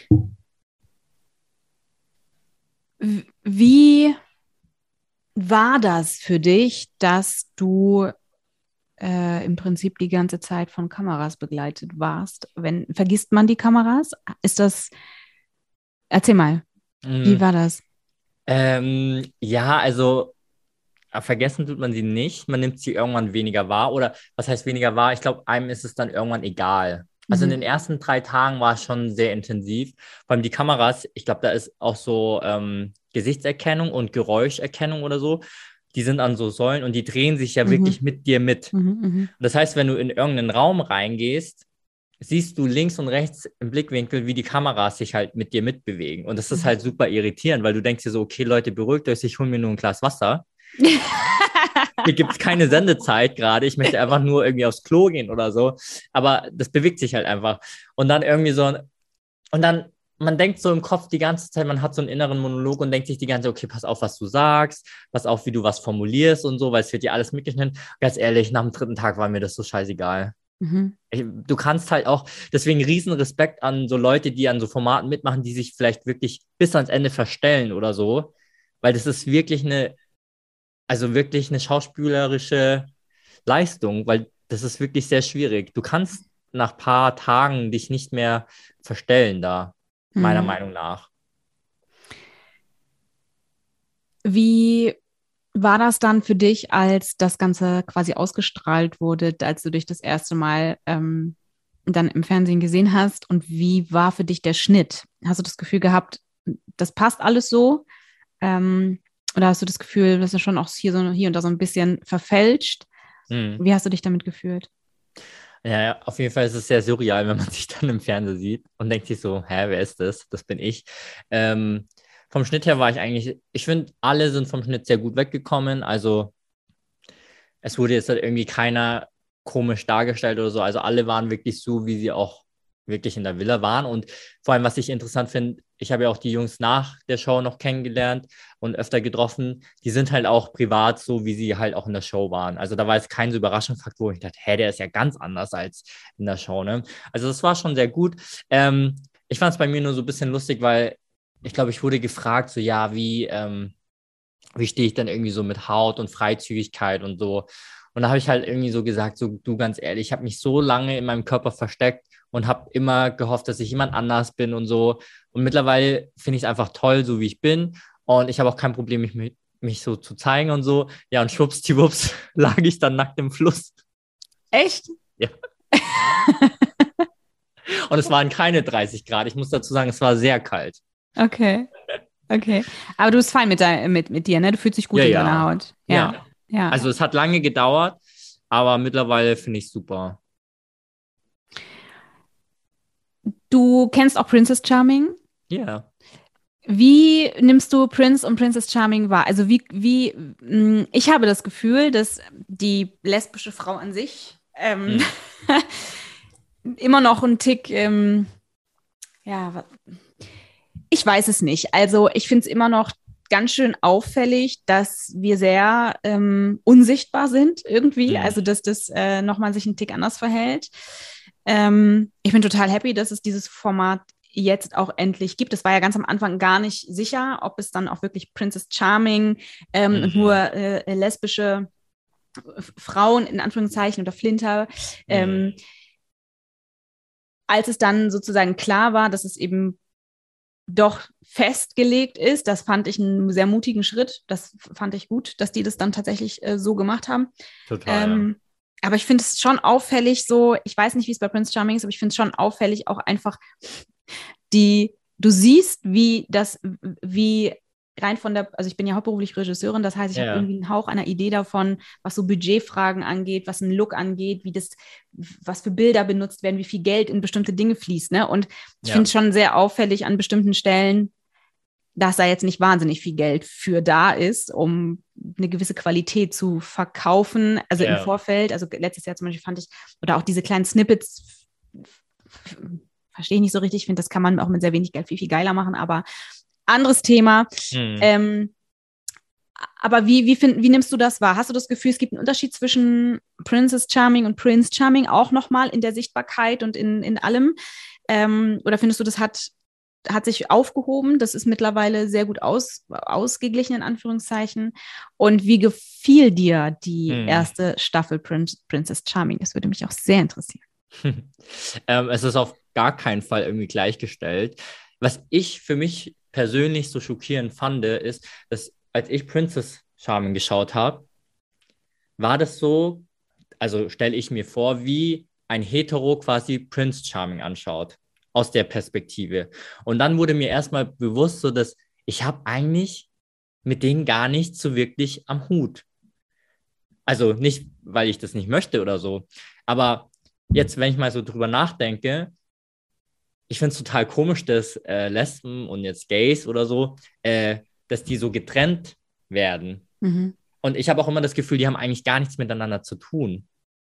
W- Wie war das für dich, dass du äh, im Prinzip die ganze Zeit von Kameras begleitet warst? Wenn, vergisst man die Kameras? Ist das, erzähl mal, wie Mm, war das? ähm, ja, also äh, vergessen tut man sie nicht. Man nimmt sie irgendwann weniger wahr. Oder was heißt weniger wahr? Ich glaube, einem ist es dann irgendwann egal. Also in Mhm. den ersten drei Tagen war es schon sehr intensiv. Vor allem die Kameras, ich glaube, da ist auch so ähm, Gesichtserkennung und Geräuscherkennung oder so. Die sind an so Säulen und die drehen sich ja Mhm. wirklich mit dir mit. Mhm. Mhm. Das heißt, wenn du in irgendeinen Raum reingehst, siehst du links und rechts im Blickwinkel, wie die Kameras sich halt mit dir mitbewegen. Und das ist Mhm. halt super irritierend, weil du denkst dir so, okay, Leute, beruhigt euch, ich hole mir nur ein Glas Wasser. Hier gibt es keine Sendezeit gerade. Ich möchte einfach nur irgendwie aufs Klo gehen oder so. Aber das bewegt sich halt einfach. Und dann irgendwie so, und dann, man denkt so im Kopf die ganze Zeit, man hat so einen inneren Monolog und denkt sich die ganze Zeit, okay, pass auf, was du sagst, pass auf, wie du was formulierst und so, weil es wird dir alles mitgeschnitten. Ganz ehrlich, nach dem dritten Tag war mir das so scheißegal. Mhm. Ich, du kannst halt auch, deswegen riesen Respekt an so Leute, die an so Formaten mitmachen, die sich vielleicht wirklich bis ans Ende verstellen oder so, weil das ist wirklich eine, also wirklich eine schauspielerische Leistung, weil das ist wirklich sehr schwierig. Du kannst nach ein paar Tagen dich nicht mehr verstellen da, meiner Mhm. Meinung nach. Wie war das dann für dich, als das Ganze quasi ausgestrahlt wurde, als du dich das erste Mal ähm, dann im Fernsehen gesehen hast? Und wie war für dich der Schnitt? Hast du das Gefühl gehabt, das passt alles so? Ähm, oder hast du das Gefühl, dass es schon auch hier, so, hier und da so ein bisschen verfälscht? Hm. Wie hast du dich damit gefühlt? Ja, ja, auf jeden Fall ist es sehr surreal, wenn man sich dann im Fernsehen sieht und denkt sich so, hä, wer ist das? Das bin ich. Ähm, vom Schnitt her war ich eigentlich, ich finde, alle sind vom Schnitt sehr gut weggekommen. Also es wurde jetzt halt irgendwie keiner komisch dargestellt oder so. Also alle waren wirklich so, wie sie auch wirklich in der Villa waren. Und vor allem, was ich interessant finde, ich habe ja auch die Jungs nach der Show noch kennengelernt und öfter getroffen. Die sind halt auch privat so, wie sie halt auch in der Show waren. Also da war jetzt kein so Überraschungsfaktor, wo ich dachte, hä, der ist ja ganz anders als in der Show, ne? Also das war schon sehr gut. Ähm, ich fand es bei mir nur so ein bisschen lustig, weil ich glaube, ich wurde gefragt, so ja, wie, ähm, wie stehe ich dann irgendwie so mit Haut und Freizügigkeit und so. Und da habe ich halt irgendwie so gesagt, so du, ganz ehrlich, ich habe mich so lange in meinem Körper versteckt und habe immer gehofft, dass ich jemand anders bin und so. Und mittlerweile finde ich es einfach toll, so wie ich bin. Und ich habe auch kein Problem, mich, mich so zu zeigen und so. Ja, und schwuppsdiwupps lag ich dann nackt im Fluss. Echt? Ja. Und es waren keine dreißig Grad. Ich muss dazu sagen, es war sehr kalt. Okay, okay. Aber du bist fein mit, de- mit, mit dir, ne? Du fühlst dich gut Ja, in ja. deiner Haut. Ja. Ja. ja. Also es hat lange gedauert, aber mittlerweile finde ich es super. Du kennst auch Princess Charming? Ja. Wie nimmst du Prince und Princess Charming wahr? Also wie, wie, mh, ich habe das Gefühl, dass die lesbische Frau an sich ähm, Hm. immer noch ein Tick, ähm, ja, wa- ich weiß es nicht. Also ich finde es immer noch ganz schön auffällig, dass wir sehr ähm, unsichtbar sind irgendwie. Hm. Also dass das äh, nochmal sich ein Tick anders verhält. Ähm, ich bin total happy, dass es dieses Format jetzt auch endlich gibt. Es war ja ganz am Anfang gar nicht sicher, ob es dann auch wirklich Princess Charming ähm, Mhm. und nur äh, lesbische F- Frauen in Anführungszeichen oder Flinter. Ähm, Mhm. als es dann sozusagen klar war, dass es eben doch festgelegt ist, das fand ich einen sehr mutigen Schritt. Das fand ich gut, dass die das dann tatsächlich äh, so gemacht haben. Total, ja. Ähm, aber ich finde es schon auffällig so, ich weiß nicht, wie es bei Prince Charming ist, aber ich finde es schon auffällig auch einfach die, du siehst, wie das, wie rein von der, also ich bin ja hauptberuflich Regisseurin, das heißt, ich Ja. habe irgendwie einen Hauch einer Idee davon, was so Budgetfragen angeht, was einen Look angeht, wie das, was für Bilder benutzt werden, wie viel Geld in bestimmte Dinge fließt, ne? Und ich Ja. finde es schon sehr auffällig an bestimmten Stellen, dass da jetzt nicht wahnsinnig viel Geld für da ist, um eine gewisse Qualität zu verkaufen. Also Ja. im Vorfeld, also letztes Jahr zum Beispiel fand ich, oder auch diese kleinen Snippets, verstehe ich nicht so richtig. Ich finde, das kann man auch mit sehr wenig Geld viel, viel geiler machen, aber anderes Thema. Mhm. Ähm, aber wie, wie, find, wie nimmst du das wahr? Hast du das Gefühl, es gibt einen Unterschied zwischen Princess Charming und Prince Charming auch nochmal in der Sichtbarkeit und in, in allem? Ähm, oder findest du, das hat, hat sich aufgehoben? Das ist mittlerweile sehr gut aus, ausgeglichen, in Anführungszeichen. Und wie gefiel dir die Mhm. erste Staffel Prin- Princess Charming? Das würde mich auch sehr interessieren. ähm, es ist auf gar keinen Fall irgendwie gleichgestellt. Was ich für mich persönlich so schockierend fand, ist, dass als ich Princess Charming geschaut habe, war das so, also stelle ich mir vor, wie ein Hetero quasi Prince Charming anschaut, aus der Perspektive. Und dann wurde mir erstmal bewusst, so dass ich habe eigentlich mit denen gar nichts so wirklich am Hut. Also nicht, weil ich das nicht möchte oder so, aber jetzt, wenn ich mal so drüber nachdenke, ich finde es total komisch, dass äh, Lesben und jetzt Gays oder so, äh, dass die so getrennt werden. Mhm. Und ich habe auch immer das Gefühl, die haben eigentlich gar nichts miteinander zu tun.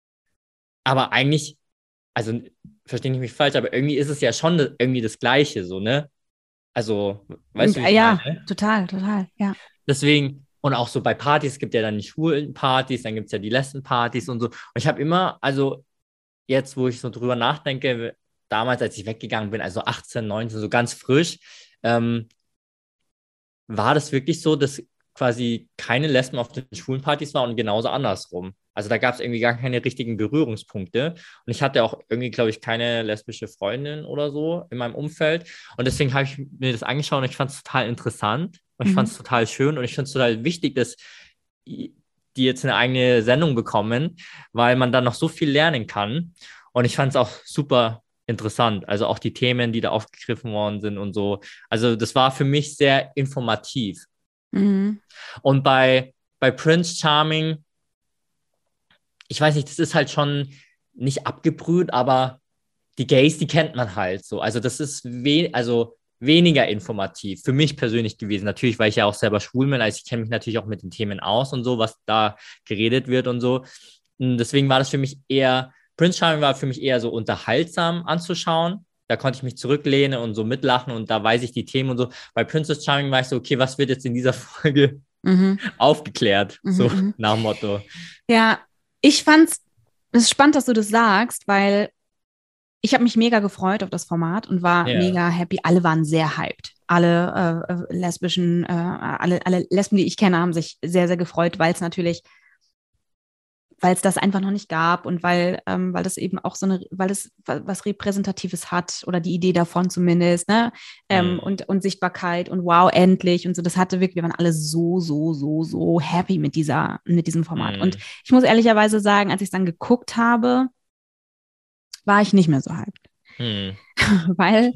Aber eigentlich, also verstehe nicht mich falsch, aber irgendwie ist es ja schon irgendwie das Gleiche, so, ne? Also, weißt du, wie ich Ja, meine? total, total, ja. Deswegen, und auch so bei Partys, es gibt ja dann die schwulen Partys, dann gibt es ja die Lesben-Partys und so. Und ich habe immer, also jetzt, wo ich so drüber nachdenke, damals, als ich weggegangen bin, also achtzehn, neunzehn, so ganz frisch, ähm, war das wirklich so, dass quasi keine Lesben auf den schwulen Partys waren und genauso andersrum. Also da gab es irgendwie gar keine richtigen Berührungspunkte. Und ich hatte auch irgendwie, glaube ich, keine lesbische Freundin oder so in meinem Umfeld. Und deswegen habe ich mir das angeschaut und ich fand es total interessant. Und ich Mhm. fand es total schön und ich finde es total wichtig, dass die jetzt eine eigene Sendung bekommen, weil man dann noch so viel lernen kann. Und ich fand es auch super interessant. Also auch die Themen, die da aufgegriffen worden sind und so. Also das war für mich sehr informativ. Mhm. Und bei, bei Prince Charming, ich weiß nicht, das ist halt schon nicht abgebrüht, aber die Gays, die kennt man halt so. Also das ist we also weniger informativ für mich persönlich gewesen. Natürlich, weil ich ja auch selber schwul bin, also ich kenne mich natürlich auch mit den Themen aus und so, was da geredet wird und so. Und deswegen war das für mich eher, Prince Charming war für mich eher so unterhaltsam anzuschauen. da konnte ich mich zurücklehnen und so mitlachen und da weiß ich die Themen und so. Bei Princess Charming war ich so, okay, was wird jetzt in dieser Folge mhm. aufgeklärt? Mhm. So nach dem Motto. Ja, ich fand's, es ist spannend, dass du das sagst, weil ich habe mich mega gefreut auf das Format und war yeah. mega happy. Alle waren sehr hyped. Alle äh, lesbischen, äh, alle, alle Lesben, die ich kenne, haben sich sehr, sehr gefreut, weil es natürlich weil es das einfach noch nicht gab und weil, ähm, weil das eben auch so eine, weil es was Repräsentatives hat oder die Idee davon zumindest, ne? Ähm, mhm. und, und Sichtbarkeit und wow, endlich und so, das hatte wirklich, wir waren alle so, so, so, so happy mit dieser, mit diesem Format. Mhm. Und ich muss ehrlicherweise sagen, als ich es dann geguckt habe, war ich nicht mehr so hyped. Mhm. Weil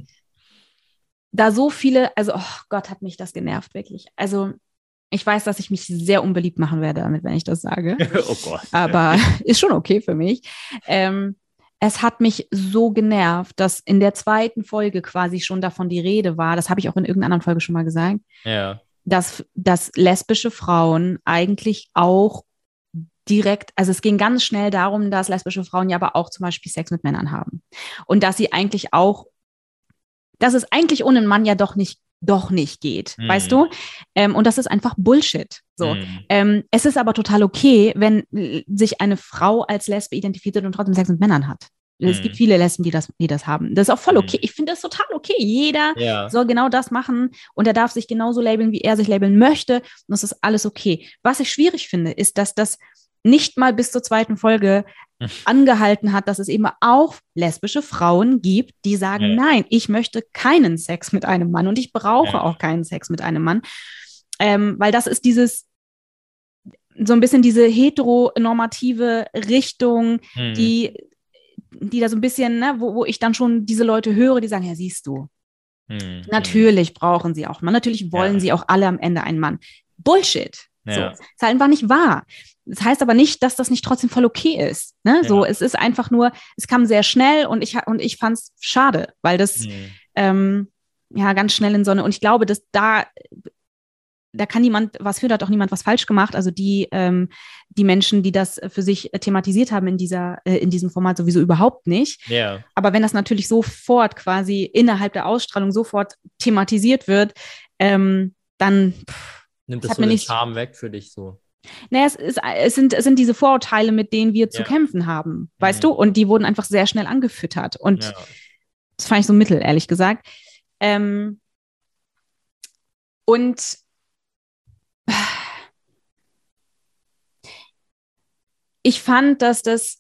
da so viele, also, oh Gott, hat mich das genervt, wirklich. Also, ich weiß, dass ich mich sehr unbeliebt machen werde damit, wenn ich das sage. Oh Gott. Aber ist schon okay für mich. Ähm, es hat mich so genervt, dass in der zweiten Folge quasi schon davon die Rede war, das habe ich auch in irgendeiner anderen Folge schon mal gesagt, ja. dass, dass lesbische Frauen eigentlich auch direkt, also es ging ganz schnell darum, dass lesbische Frauen ja aber auch zum Beispiel Sex mit Männern haben. Und dass sie eigentlich auch, dass es eigentlich ohne einen Mann ja doch nicht doch nicht geht, mm. weißt du? Ähm, und das ist einfach Bullshit. So. Mm. Ähm, es ist aber total okay, wenn sich eine Frau als Lesbe identifiziert und trotzdem Sex mit Männern hat. Mm. Es gibt viele Lesben, die das, die das haben. Das ist auch voll okay. Mm. Ich finde das total okay. Jeder ja. soll genau das machen und er darf sich genauso labeln, wie er sich labeln möchte. Und das ist alles okay. Was ich schwierig finde, ist, dass das nicht mal bis zur zweiten Folge angehalten hat, dass es eben auch lesbische Frauen gibt, die sagen, ja. nein, ich möchte keinen Sex mit einem Mann und ich brauche ja. auch keinen Sex mit einem Mann, ähm, weil das ist dieses, so ein bisschen diese heteronormative Richtung, mhm. die, die da so ein bisschen, ne, wo, wo ich dann schon diese Leute höre, die sagen, ja, siehst du, mhm. natürlich brauchen sie auch Mann, natürlich wollen ja. sie auch alle am Ende einen Mann. Bullshit. Ja. So, ist halt einfach nicht wahr. Das heißt aber nicht, dass das nicht trotzdem voll okay ist. Ne? Ja. So, es ist einfach nur, es kam sehr schnell und ich, und ich fand es schade, weil das mhm. ähm, ja ganz schnell in so eine, und ich glaube, dass da, da kann niemand was für, da hat auch niemand was falsch gemacht. Also die, ähm, die Menschen, die das für sich thematisiert haben in dieser, äh, in diesem Format sowieso überhaupt nicht. Ja. Aber wenn das natürlich sofort quasi innerhalb der Ausstrahlung sofort thematisiert wird, ähm, dann pff, nimmt das, das so den nicht, Charme weg für dich so? Naja, es, ist, es, sind, es sind diese Vorurteile, mit denen wir zu ja. kämpfen haben, weißt mhm. du? Und die wurden einfach sehr schnell angefüttert. Und ja. das fand ich so mittel, ehrlich gesagt. Ähm, und ich fand, dass das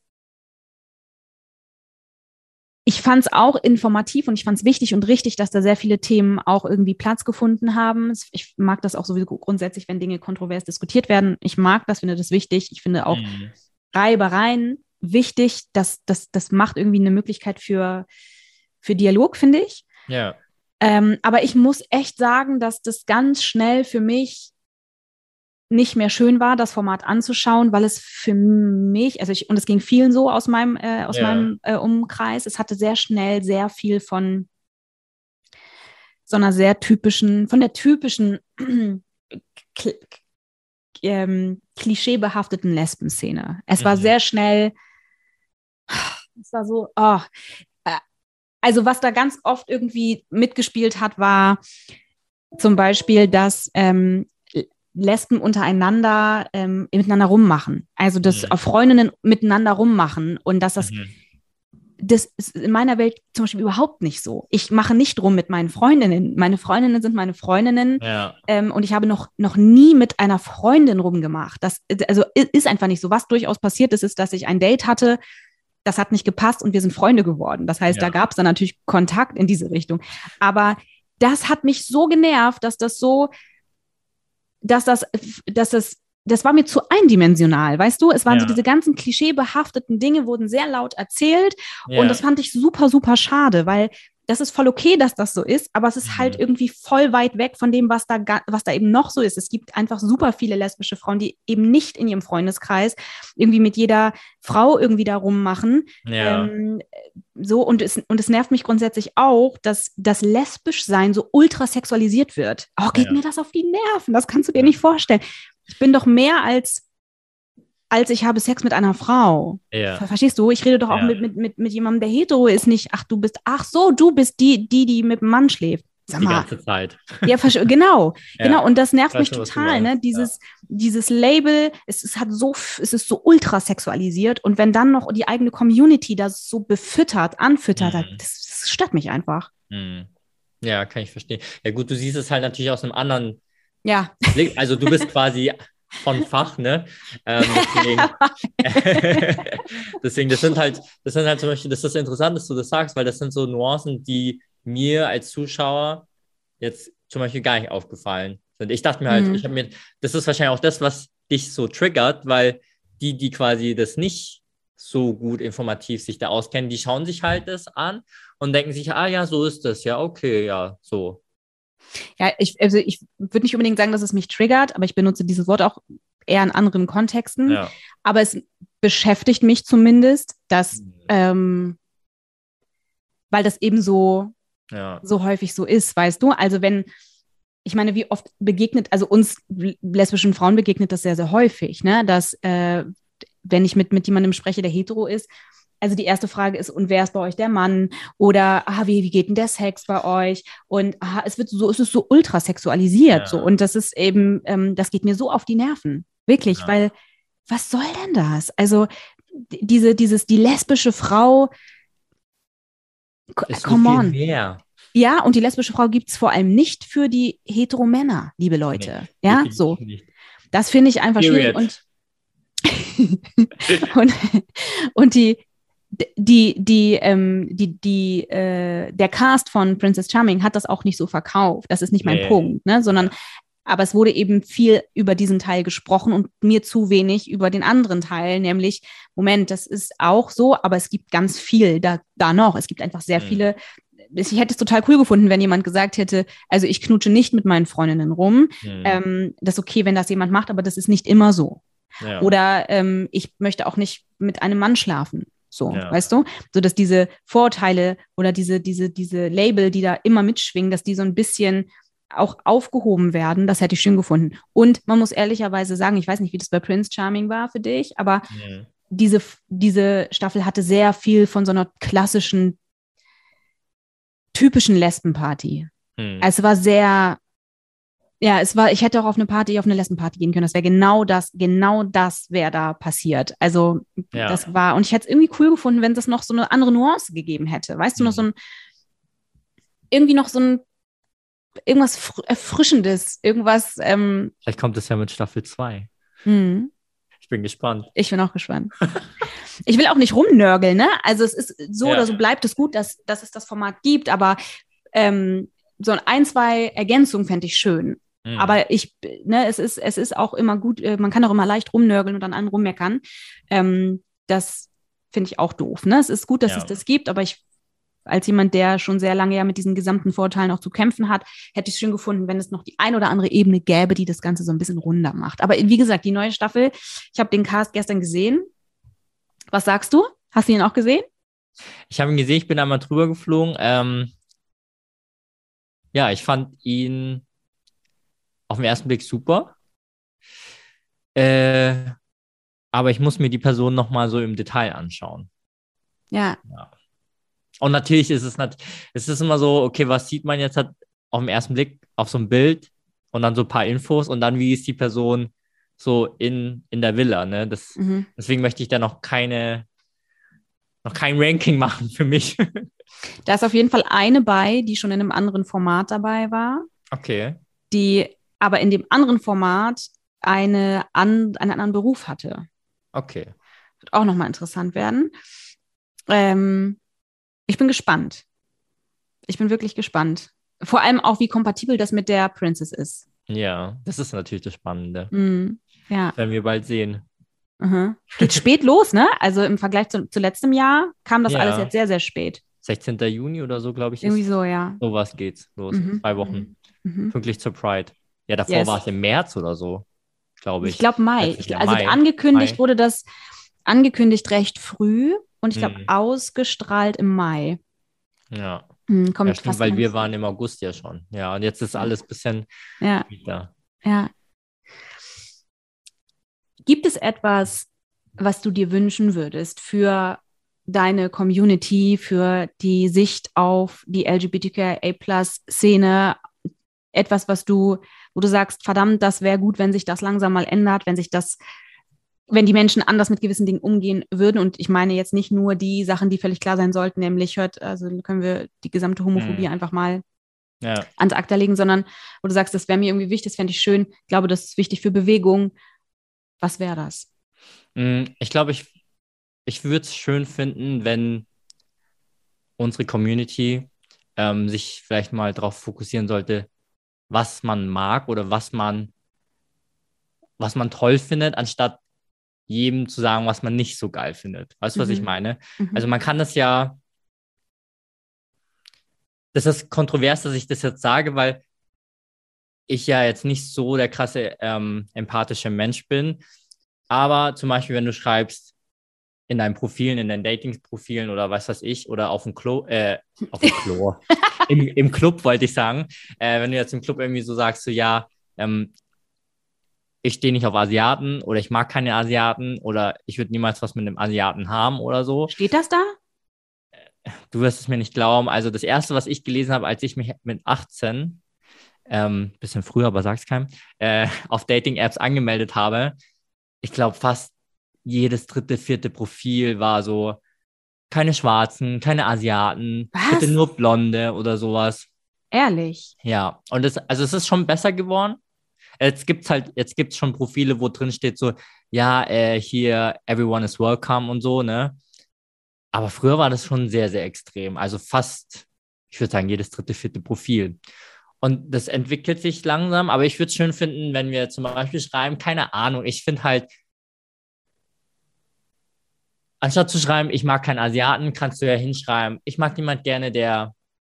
Ich fand es auch informativ und ich fand es wichtig und richtig, dass da sehr viele Themen auch irgendwie Platz gefunden haben. Ich mag das auch sowieso grundsätzlich, wenn Dinge kontrovers diskutiert werden. Ich mag das, finde das wichtig. Ich finde auch mhm. Reibereien wichtig. Das, das, das macht irgendwie eine Möglichkeit für, für Dialog, finde ich. Ja. Ähm, aber ich muss echt sagen, dass das ganz schnell für mich nicht mehr schön war, das Format anzuschauen, weil es für mich, also ich, und es ging vielen so aus meinem, äh, aus ja. meinem äh, Umkreis, es hatte sehr schnell sehr viel von so einer sehr typischen, von der typischen k- ähm, klischeebehafteten Lesben-Szene. Es war mhm. sehr schnell, es war so, oh, äh, also was da ganz oft irgendwie mitgespielt hat, war zum Beispiel, dass ähm, Lesben untereinander ähm, miteinander rummachen. Also dass mhm. Freundinnen miteinander rummachen und dass das, mhm. das ist in meiner Welt zum Beispiel überhaupt nicht so. Ich mache nicht rum mit meinen Freundinnen. Meine Freundinnen sind meine Freundinnen ja. ähm, und ich habe noch, noch nie mit einer Freundin rumgemacht. Das also ist einfach nicht so. Was durchaus passiert ist, ist, dass ich ein Date hatte, das hat nicht gepasst und wir sind Freunde geworden. Das heißt, ja. da gab es dann natürlich Kontakt in diese Richtung. Aber das hat mich so genervt, dass das so dass das, dass das, das war mir zu eindimensional, weißt du? Es waren ja. so diese ganzen klischeebehafteten Dinge, wurden sehr laut erzählt ja. und das fand ich super, super schade, weil das ist voll okay, dass das so ist, aber es ist mhm. halt irgendwie voll weit weg von dem, was da, was da eben noch so ist. Es gibt einfach super viele lesbische Frauen, die eben nicht in ihrem Freundeskreis irgendwie mit jeder Frau irgendwie da rummachen. Ja. Ähm, so, und es, und es nervt mich grundsätzlich auch, dass das Lesbischsein so ultra sexualisiert wird. Oh, geht ja. mir das auf die Nerven, das kannst du dir nicht vorstellen. Ich bin doch mehr als als ich habe Sex mit einer Frau. Ja. Ver Verstehst du? Ich rede doch auch Ja. mit, mit, mit, mit jemandem, der hetero ist, nicht, ach, du bist, ach so, du bist die, die, die mit dem Mann schläft. Sag Die mal, ganze Zeit. ja, versch- genau, Ja. genau. Und das nervt Ich weiß mich schon, was du total, ne? meinst. Dieses, dieses Label, es, es hat so, f- es ist so ultra sexualisiert. Und wenn dann noch die eigene Community das so befüttert, anfüttert, Mhm. das, das stört mich einfach. Mhm. Ja, kann ich verstehen. Ja gut, du siehst es halt natürlich aus einem anderen Ja. Blick. Also du bist quasi von Fach, ne? Ähm, deswegen, deswegen, das sind halt, das sind halt zum Beispiel, das ist interessant, dass du das sagst, weil das sind so Nuancen, die mir als Zuschauer jetzt zum Beispiel gar nicht aufgefallen sind. Ich dachte mir halt, Mhm. ich habe mir, das ist wahrscheinlich auch das, was dich so triggert, weil die, die quasi das nicht so gut informativ sich da auskennen, die schauen sich halt das an und denken sich, ah ja, so ist das, ja, okay, ja, so. Ja, ich, also ich würde nicht unbedingt sagen, dass es mich triggert, aber ich benutze dieses Wort auch eher in anderen Kontexten. Ja. Aber es beschäftigt mich zumindest, dass, Mhm. ähm, weil das eben so, Ja. so häufig so ist, weißt du? Also wenn, ich meine, wie oft begegnet, also uns lesbischen Frauen begegnet das sehr, sehr häufig, ne? Dass, äh, wenn ich mit, mit jemandem spreche, der hetero ist, also die erste Frage ist, und wer ist bei euch der Mann? Oder, ah, wie, wie geht denn der Sex bei euch? Und aha, es wird so, es ist so ultra sexualisiert, Ja. so. Und das ist eben, ähm, das geht mir so auf die Nerven. Wirklich, Ja. weil, was soll denn das? Also, d- diese, dieses, die lesbische Frau, Ist so come viel on. mehr. Ja, und die lesbische Frau gibt es vor allem nicht für die Hetero-Männer, liebe Leute. Nee, Ja, definitiv so. nicht. Das finde ich einfach schwierig. Period. Und, und, und die, die, die, ähm, die, die, äh, der Cast von Princess Charming hat das auch nicht so verkauft. Das ist nicht mein Nee. Punkt, ne? Sondern, aber es wurde eben viel über diesen Teil gesprochen und mir zu wenig über den anderen Teil, nämlich, Moment, das ist auch so, aber es gibt ganz viel da, da noch. Es gibt einfach sehr Hm. viele. Ich hätte es total cool gefunden, wenn jemand gesagt hätte, also ich knutsche nicht mit meinen Freundinnen rum. Hm. Ähm, das ist okay, wenn das jemand macht, aber das ist nicht immer so. Ja. Oder ähm, ich möchte auch nicht mit einem Mann schlafen. So, Ja. weißt du? So, dass diese Vorurteile oder diese, diese, diese Label, die da immer mitschwingen, dass die so ein bisschen auch aufgehoben werden, das hätte ich schön gefunden. Und man muss ehrlicherweise sagen, ich weiß nicht, wie das bei Prince Charming war für dich, aber Hm. diese, diese Staffel hatte sehr viel von so einer klassischen, typischen Lesbenparty. Hm. Es war sehr, ja, es war, ich hätte auch auf eine Party, auf eine Lesbenparty gehen können. Das wäre genau das, genau das wäre da passiert. Also, Ja. das war, und ich hätte es irgendwie cool gefunden, wenn das noch so eine andere Nuance gegeben hätte. Weißt du, noch so ein, irgendwie noch so ein, irgendwas Fr Erfrischendes, irgendwas, ähm, Vielleicht kommt es ja mit Staffel zwei. mh, Ich bin gespannt. ich bin auch gespannt. Ich will auch nicht rumnörgeln, ne? Also, es ist so Ja. oder so bleibt es gut, dass, dass es das Format gibt, aber ähm, so ein, zwei Ergänzungen fände ich schön. Hm. Aber ich, ne, es ist, es ist auch immer gut, äh, man kann auch immer leicht rumnörgeln und an anderen rummeckern. Ähm, das finde ich auch doof. Ne? Es ist gut, dass Ja. es das gibt, aber ich, als jemand, der schon sehr lange ja mit diesen gesamten Vorurteilen auch zu kämpfen hat, hätte ich es schön gefunden, wenn es noch die ein oder andere Ebene gäbe, die das Ganze so ein bisschen runder macht. Aber wie gesagt, die neue Staffel, ich habe den Cast gestern gesehen. Was sagst du? Hast du ihn auch gesehen? Ich habe ihn gesehen, ich bin einmal drüber geflogen. Ähm, ja, ich fand ihn auf den ersten Blick super. Äh, aber ich muss mir die Person nochmal so im Detail anschauen. Ja. Ja. Und natürlich ist es, nat es ist immer so, okay, was sieht man jetzt halt auf den ersten Blick auf so ein Bild und dann so ein paar Infos und dann, wie ist die Person so in, in der Villa, ne? Das, Mhm. deswegen möchte ich da noch keine, noch kein Ranking machen für mich. Da ist auf jeden Fall eine bei, die schon in einem anderen Format dabei war, Okay. die aber in dem anderen Format eine an, einen anderen Beruf hatte. Okay. Wird auch nochmal interessant werden. Ähm, ich bin gespannt. Ich bin wirklich gespannt. Vor allem auch, wie kompatibel das mit der Princess ist. Ja, das ist natürlich das Spannende. Mm, ja. Werden wir bald sehen. Mhm. Geht spät los, ne? Also im Vergleich zu, zu letztem Jahr kam das Ja. alles jetzt sehr, sehr spät. sechzehnten Juni oder so, glaube ich. Irgendwie ist so, ja. Sowas geht's los. Mhm. Zwei Wochen. Mhm. Pünktlich zur Pride. Ja, davor Yes. war es im März oder so, glaube ich. Ich glaube Mai. Letztes Ich, Jahr also Mai. angekündigt Mai. wurde das angekündigt recht früh und ich glaube Mhm. ausgestrahlt im Mai. Ja. Hm, kommt Ja, stimmt, fast weil ganz- wir waren im August ja schon. Ja, und jetzt ist alles ein bisschen Ja, wieder. ja. Gibt es etwas, was du dir wünschen würdest für deine Community, für die Sicht auf die L G B T Q I A Plus Szene, etwas, was du, wo du sagst, verdammt, das wäre gut, wenn sich das langsam mal ändert, wenn sich das, wenn die Menschen anders mit gewissen Dingen umgehen würden. Und ich meine jetzt nicht nur die Sachen, die völlig klar sein sollten, nämlich hört, also können wir die gesamte Homophobie Mhm. einfach mal Ja. ans Akta legen, sondern wo du sagst, das wäre mir irgendwie wichtig, das fände ich schön. Ich glaube, das ist wichtig für Bewegung. Was wäre das? Ich glaube, ich, ich würde es schön finden, wenn unsere Community ähm, sich vielleicht mal darauf fokussieren sollte, was man mag oder was man, was man toll findet, anstatt jedem zu sagen, was man nicht so geil findet. Weißt du, was ich Mhm. meine? Mhm. Also man kann das ja, das ist kontrovers, dass ich das jetzt sage, weil ich ja jetzt nicht so der krasse ähm, empathische Mensch bin. Aber zum Beispiel, wenn du schreibst in deinen Profilen, in deinen Dating-Profilen oder was weiß ich, oder auf dem Klo, äh, auf dem Klo, Im, im Club wollte ich sagen, äh, wenn du jetzt im Club irgendwie so sagst, so ja, ähm, ich stehe nicht auf Asiaten oder ich mag keine Asiaten oder ich würde niemals was mit einem Asiaten haben oder so. Steht das da? Du wirst es mir nicht glauben. Also das Erste, was ich gelesen habe, als ich mich mit achtzehn, ähm, bisschen früher, aber sag's keinem, äh, auf Dating-Apps angemeldet habe, ich glaube fast jedes dritte, vierte Profil war so, keine Schwarzen, keine Asiaten, bitte Was? nur Blonde oder sowas. Ehrlich? Ja, und das, also es ist schon besser geworden. Jetzt gibt's halt, jetzt gibt's schon Profile, wo drin steht so, ja, äh, hier, everyone is welcome und so, ne? Aber früher war das schon sehr, sehr extrem. Also fast, ich würde sagen, jedes dritte, vierte Profil. Und das entwickelt sich langsam, aber ich würde es schön finden, wenn wir zum Beispiel schreiben, keine Ahnung, ich finde halt, anstatt zu schreiben, ich mag keinen Asiaten, kannst du ja hinschreiben, ich mag jemand gerne, der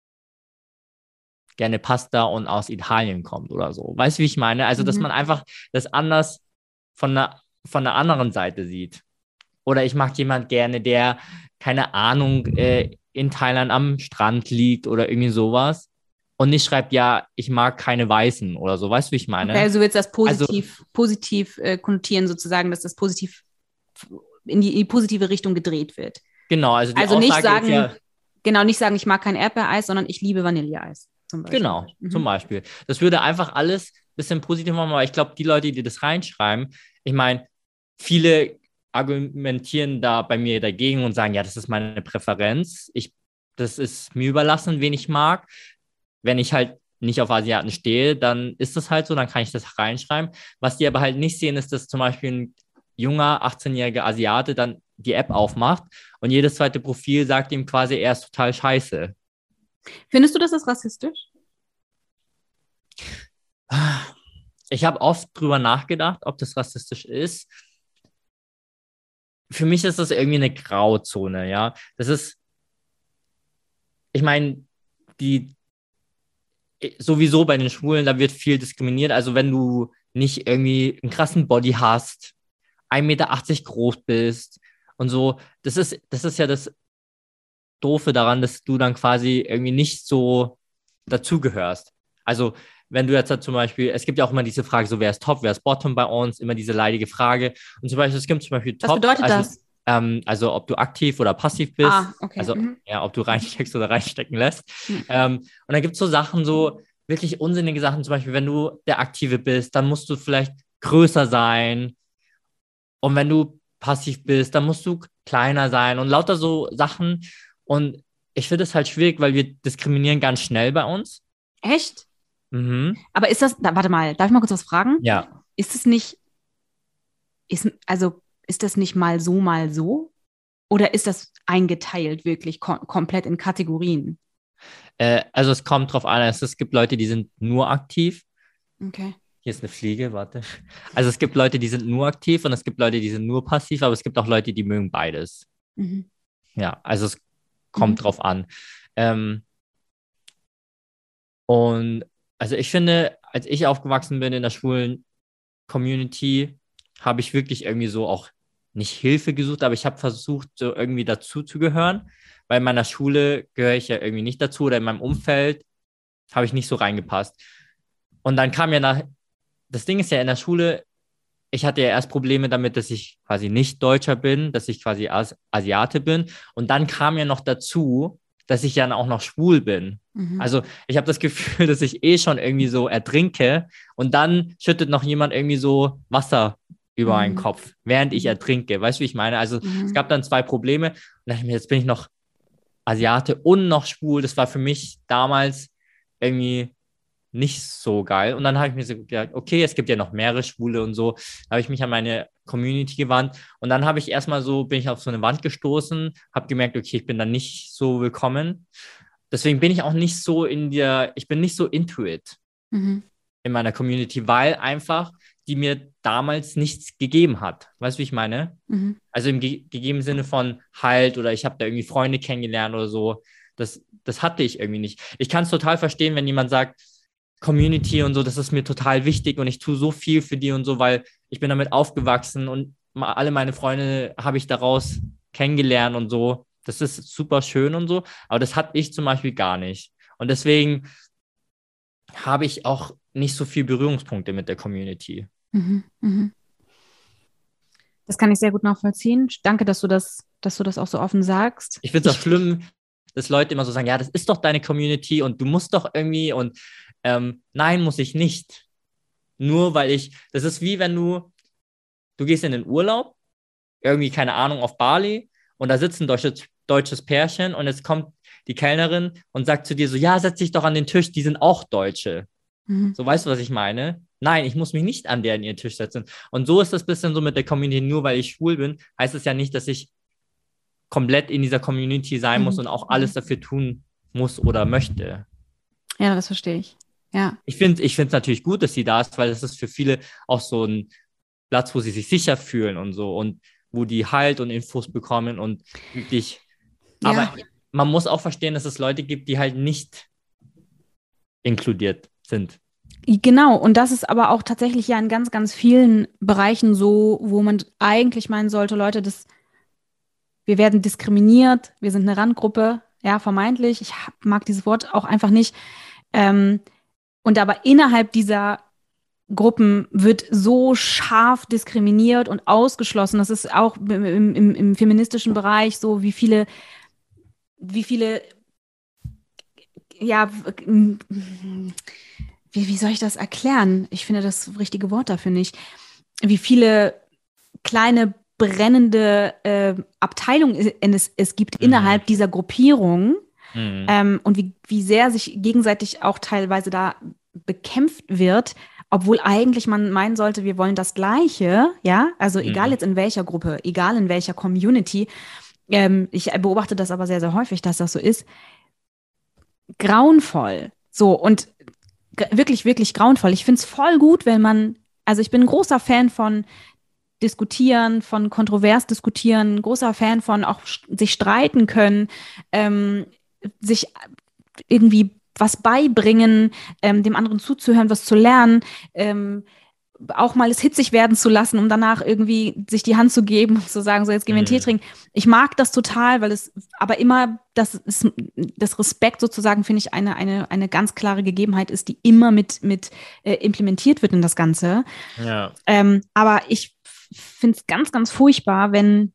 gerne Pasta und aus Italien kommt oder so. Weißt du, wie ich meine? Also, dass Mhm. man einfach das anders von der, von der anderen Seite sieht. Oder ich mag jemand gerne, der, keine Ahnung, äh, in Thailand am Strand liegt oder irgendwie sowas. Und nicht schreibt, ja, ich mag keine Weißen oder so. Weißt du, wie ich Okay, meine? also willst du das Also, positiv, positiv äh, konnotieren sozusagen, dass das positiv in die, in die positive Richtung gedreht wird. genau, also die Also nicht Aussage ist sagen, ja, genau, nicht sagen, ich mag kein Erdbeereis, sondern ich liebe Vanilleeis zum Beispiel. genau, zum Mhm. Beispiel. Das würde einfach alles ein bisschen positiv machen, aber ich glaube, die Leute, die das reinschreiben, ich meine, viele argumentieren da bei mir dagegen und sagen, ja, das ist meine Präferenz. Ich, das ist mir überlassen, wen ich mag. Wenn ich halt nicht auf Asiaten stehe, dann ist das halt so, dann kann ich das reinschreiben. Was die aber halt nicht sehen, ist, dass zum Beispiel ein junger, achtzehnjähriger Asiate dann die App aufmacht und jedes zweite Profil sagt ihm quasi, er ist total scheiße. Findest du, das ist rassistisch? Ich habe oft drüber nachgedacht, ob das rassistisch ist. Für mich ist das irgendwie eine Grauzone, ja. Das ist, ich meine, die sowieso bei den Schwulen, da wird viel diskriminiert. Also wenn du nicht irgendwie einen krassen Body hast, ein Meter achtzig groß bist und so, das ist, das ist ja das Doofe daran, dass du dann quasi irgendwie nicht so dazugehörst. Also wenn du jetzt halt zum Beispiel, es gibt ja auch immer diese Frage, so wer ist Top, wer ist Bottom bei uns, immer diese leidige Frage. Und zum Beispiel, es gibt zum Beispiel Was Tops, bedeutet also, das? ähm, also ob du aktiv oder passiv bist, Ah, okay. also Mhm. ja, ob du reinsteckst oder reinstecken lässt. Mhm. Ähm, und dann gibt es so Sachen, so wirklich unsinnige Sachen, zum Beispiel, wenn du der Aktive bist, dann musst du vielleicht größer sein. Und wenn du passiv bist, dann musst du kleiner sein und lauter so Sachen. Und ich finde es halt schwierig, weil wir diskriminieren ganz schnell bei uns. Echt? Mhm. Aber ist das, da, warte mal, darf ich mal kurz was fragen? Ja. Ist es nicht, ist, also ist das nicht mal so, mal so? Oder ist das eingeteilt wirklich kom komplett in Kategorien? Äh, also es kommt drauf an. Es, es gibt Leute, die sind nur aktiv. Okay. Hier ist eine Fliege, warte. Also es gibt Leute, die sind nur aktiv und es gibt Leute, die sind nur passiv, aber es gibt auch Leute, die mögen beides. Mhm. Ja, also es Mhm. kommt drauf an. Ähm, und also ich finde, als ich aufgewachsen bin in der schwulen Community, habe ich wirklich irgendwie so auch nicht Hilfe gesucht, aber ich habe versucht, so irgendwie dazu zu gehören. Weil in meiner Schule gehöre ich ja irgendwie nicht dazu oder in meinem Umfeld habe ich nicht so reingepasst. Und dann kam ja nach, das Ding ist ja in der Schule, ich hatte ja erst Probleme damit, dass ich quasi nicht Deutscher bin, dass ich quasi As Asiate bin. Und dann kam ja noch dazu, dass ich ja auch noch schwul bin. Mhm. Also ich habe das Gefühl, dass ich eh schon irgendwie so ertrinke und dann schüttet noch jemand irgendwie so Wasser über meinen mhm. Kopf, während ich ertrinke. Weißt du, wie ich meine? Also mhm. es gab dann zwei Probleme. Und dann dachte ich mir, jetzt bin ich noch Asiate und noch schwul. Das war für mich damals irgendwie nicht so geil. Und dann habe ich mir so gedacht, okay, es gibt ja noch mehrere Schwule und so. Da habe ich mich an meine Community gewandt. Und dann habe ich erstmal so, bin ich auf so eine Wand gestoßen, habe gemerkt, okay, ich bin da nicht so willkommen. Deswegen bin ich auch nicht so in der, ich bin nicht so into it mhm. in meiner Community, weil einfach die mir damals nichts gegeben hat. Weißt du, wie ich meine? Mhm. Also im ge gegebenen Sinne von Halt oder ich habe da irgendwie Freunde kennengelernt oder so. Das, das hatte ich irgendwie nicht. Ich kann es total verstehen, wenn jemand sagt, Community und so, das ist mir total wichtig und ich tue so viel für die und so, weil ich bin damit aufgewachsen und alle meine Freunde habe ich daraus kennengelernt und so. Das ist super schön und so, aber das hatte ich zum Beispiel gar nicht. Und deswegen habe ich auch nicht so viel Berührungspunkte mit der Community. Mhm, mhm. Das kann ich sehr gut nachvollziehen. Danke, dass du das, dass du das auch so offen sagst. Ich finde es auch schlimm, dass Leute immer so sagen, ja, das ist doch deine Community und du musst doch irgendwie und ähm, nein, muss ich nicht. Nur weil ich, das ist wie wenn du, du gehst in den Urlaub, irgendwie, keine Ahnung, auf Bali und da sitzt ein deutsches, deutsches Pärchen und jetzt kommt die Kellnerin und sagt zu dir so, ja, setz dich doch an den Tisch, die sind auch Deutsche. Mhm. So, weißt du, was ich meine? Nein, ich muss mich nicht an deren ihren Tisch setzen. Und so ist das ein bisschen so mit der Community, nur weil ich schwul bin, heißt es ja nicht, dass ich komplett in dieser Community sein mhm. muss und auch alles dafür tun muss oder möchte. Ja, das verstehe ich. Ja. Ich finde ich finde es natürlich gut, dass sie da ist, weil das ist für viele auch so ein Platz, wo sie sich sicher fühlen und so und wo die Halt und Infos bekommen und wirklich. Ja. Aber man muss auch verstehen, dass es Leute gibt, die halt nicht inkludiert sind. Genau, und das ist aber auch tatsächlich ja in ganz, ganz vielen Bereichen so, wo man eigentlich meinen sollte, Leute, das, wir werden diskriminiert, wir sind eine Randgruppe, ja, vermeintlich. Ich mag dieses Wort auch einfach nicht. Ähm, und aber innerhalb dieser Gruppen wird so scharf diskriminiert und ausgeschlossen. Das ist auch im, im, im feministischen Bereich so, wie viele, wie viele, ja, wie, wie soll ich das erklären? Ich finde das richtige Wort dafür nicht. Wie viele kleine brennende äh, Abteilungen es, es gibt mhm. innerhalb dieser Gruppierung mhm. ähm, und wie, wie sehr sich gegenseitig auch teilweise da bekämpft wird, obwohl eigentlich man meinen sollte, wir wollen das Gleiche, ja, also egal mhm. jetzt in welcher Gruppe, egal in welcher Community, ähm, ich beobachte das aber sehr, sehr häufig, dass das so ist, grauenvoll, so und wirklich, wirklich grauenvoll. Ich finde es voll gut, wenn man, also ich bin ein großer Fan von diskutieren, von kontrovers diskutieren, großer Fan von auch sich streiten können, ähm, sich irgendwie was beibringen, ähm, dem anderen zuzuhören, was zu lernen, ähm, auch mal es hitzig werden zu lassen, um danach irgendwie sich die Hand zu geben und zu sagen, so jetzt gehen wir einen mhm. Tee trinken. Ich mag das total, weil es, aber immer, das ist, das Respekt sozusagen, finde ich, eine, eine, eine ganz klare Gegebenheit ist, die immer mit, mit äh, implementiert wird in das Ganze. Ja. Ähm, aber ich finde es ganz, ganz furchtbar, wenn,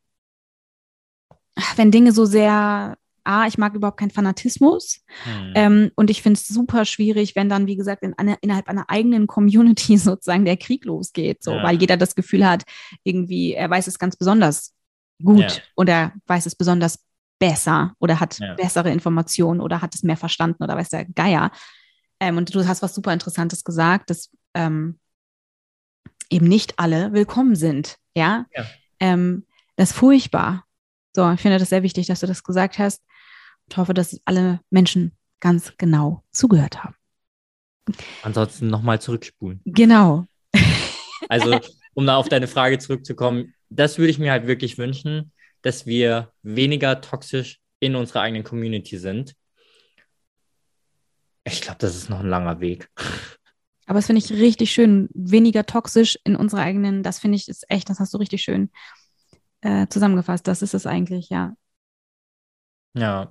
wenn Dinge so sehr A, ich mag überhaupt keinen Fanatismus hm. ähm, und ich finde es super schwierig, wenn dann, wie gesagt, in eine, innerhalb einer eigenen Community sozusagen der Krieg losgeht, so, ja. weil jeder das Gefühl hat, irgendwie, er weiß es ganz besonders gut ja. oder weiß es besonders besser oder hat ja. bessere Informationen oder hat es mehr verstanden oder weiß der Geier. Ähm, und du hast was super Interessantes gesagt, dass ähm, eben nicht alle willkommen sind, ja. ja. Ähm, das ist furchtbar. So, ich finde das sehr wichtig, dass du das gesagt hast. Ich hoffe, dass alle Menschen ganz genau zugehört haben. Ansonsten nochmal zurückspulen. Genau. Also, um da auf deine Frage zurückzukommen, das würde ich mir halt wirklich wünschen, dass wir weniger toxisch in unserer eigenen Community sind. Ich glaube, das ist noch ein langer Weg. Aber das finde ich richtig schön. Weniger toxisch in unserer eigenen, das finde ich ist echt, das hast du richtig schön äh, zusammengefasst. Das ist es eigentlich, ja. Ja.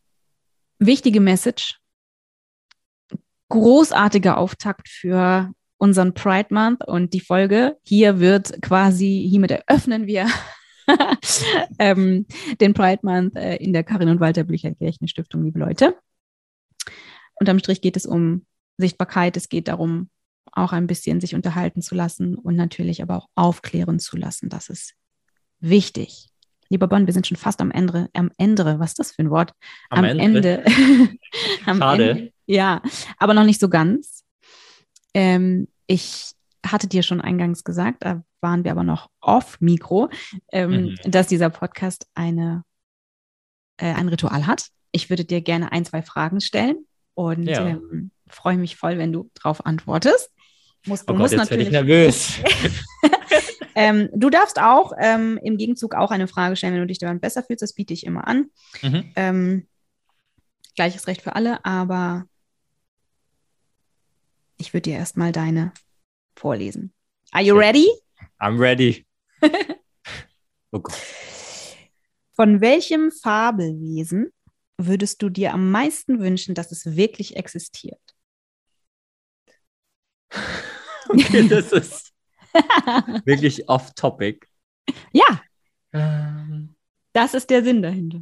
Wichtige Message. Großartiger Auftakt für unseren Pride Month und die Folge hier wird quasi, hiermit eröffnen wir ähm, den Pride Month äh, in der Karin und Walter Blücher-Kirchen Stiftung, liebe Leute. Unterm Strich geht es um Sichtbarkeit, es geht darum, auch ein bisschen sich unterhalten zu lassen und natürlich aber auch aufklären zu lassen. Das ist wichtig. Lieber Bon, wir sind schon fast am Ende. Am Ende, was ist das für ein Wort? Am, am Ende. Ende. am Schade. Ende. Ja, aber noch nicht so ganz. Ähm, ich hatte dir schon eingangs gesagt, da waren wir aber noch off-Mikro, ähm, mhm. dass dieser Podcast eine, äh, ein Ritual hat. Ich würde dir gerne ein, zwei Fragen stellen und ja. ähm, freue mich voll, wenn du darauf antwortest. Musst, du oh Gott, musst jetzt natürlich werde ich nervös. ähm, du darfst auch ähm, im Gegenzug auch eine Frage stellen, wenn du dich daran besser fühlst. Das biete ich immer an. Mhm. Ähm, gleiches Recht für alle, aber ich würde dir erstmal deine vorlesen. Are you ready? I'm ready. Oh Gott. Von welchem Fabelwesen würdest du dir am meisten wünschen, dass es wirklich existiert? Okay, das ist wirklich off-topic. Ja. Ähm, das ist der Sinn dahinter.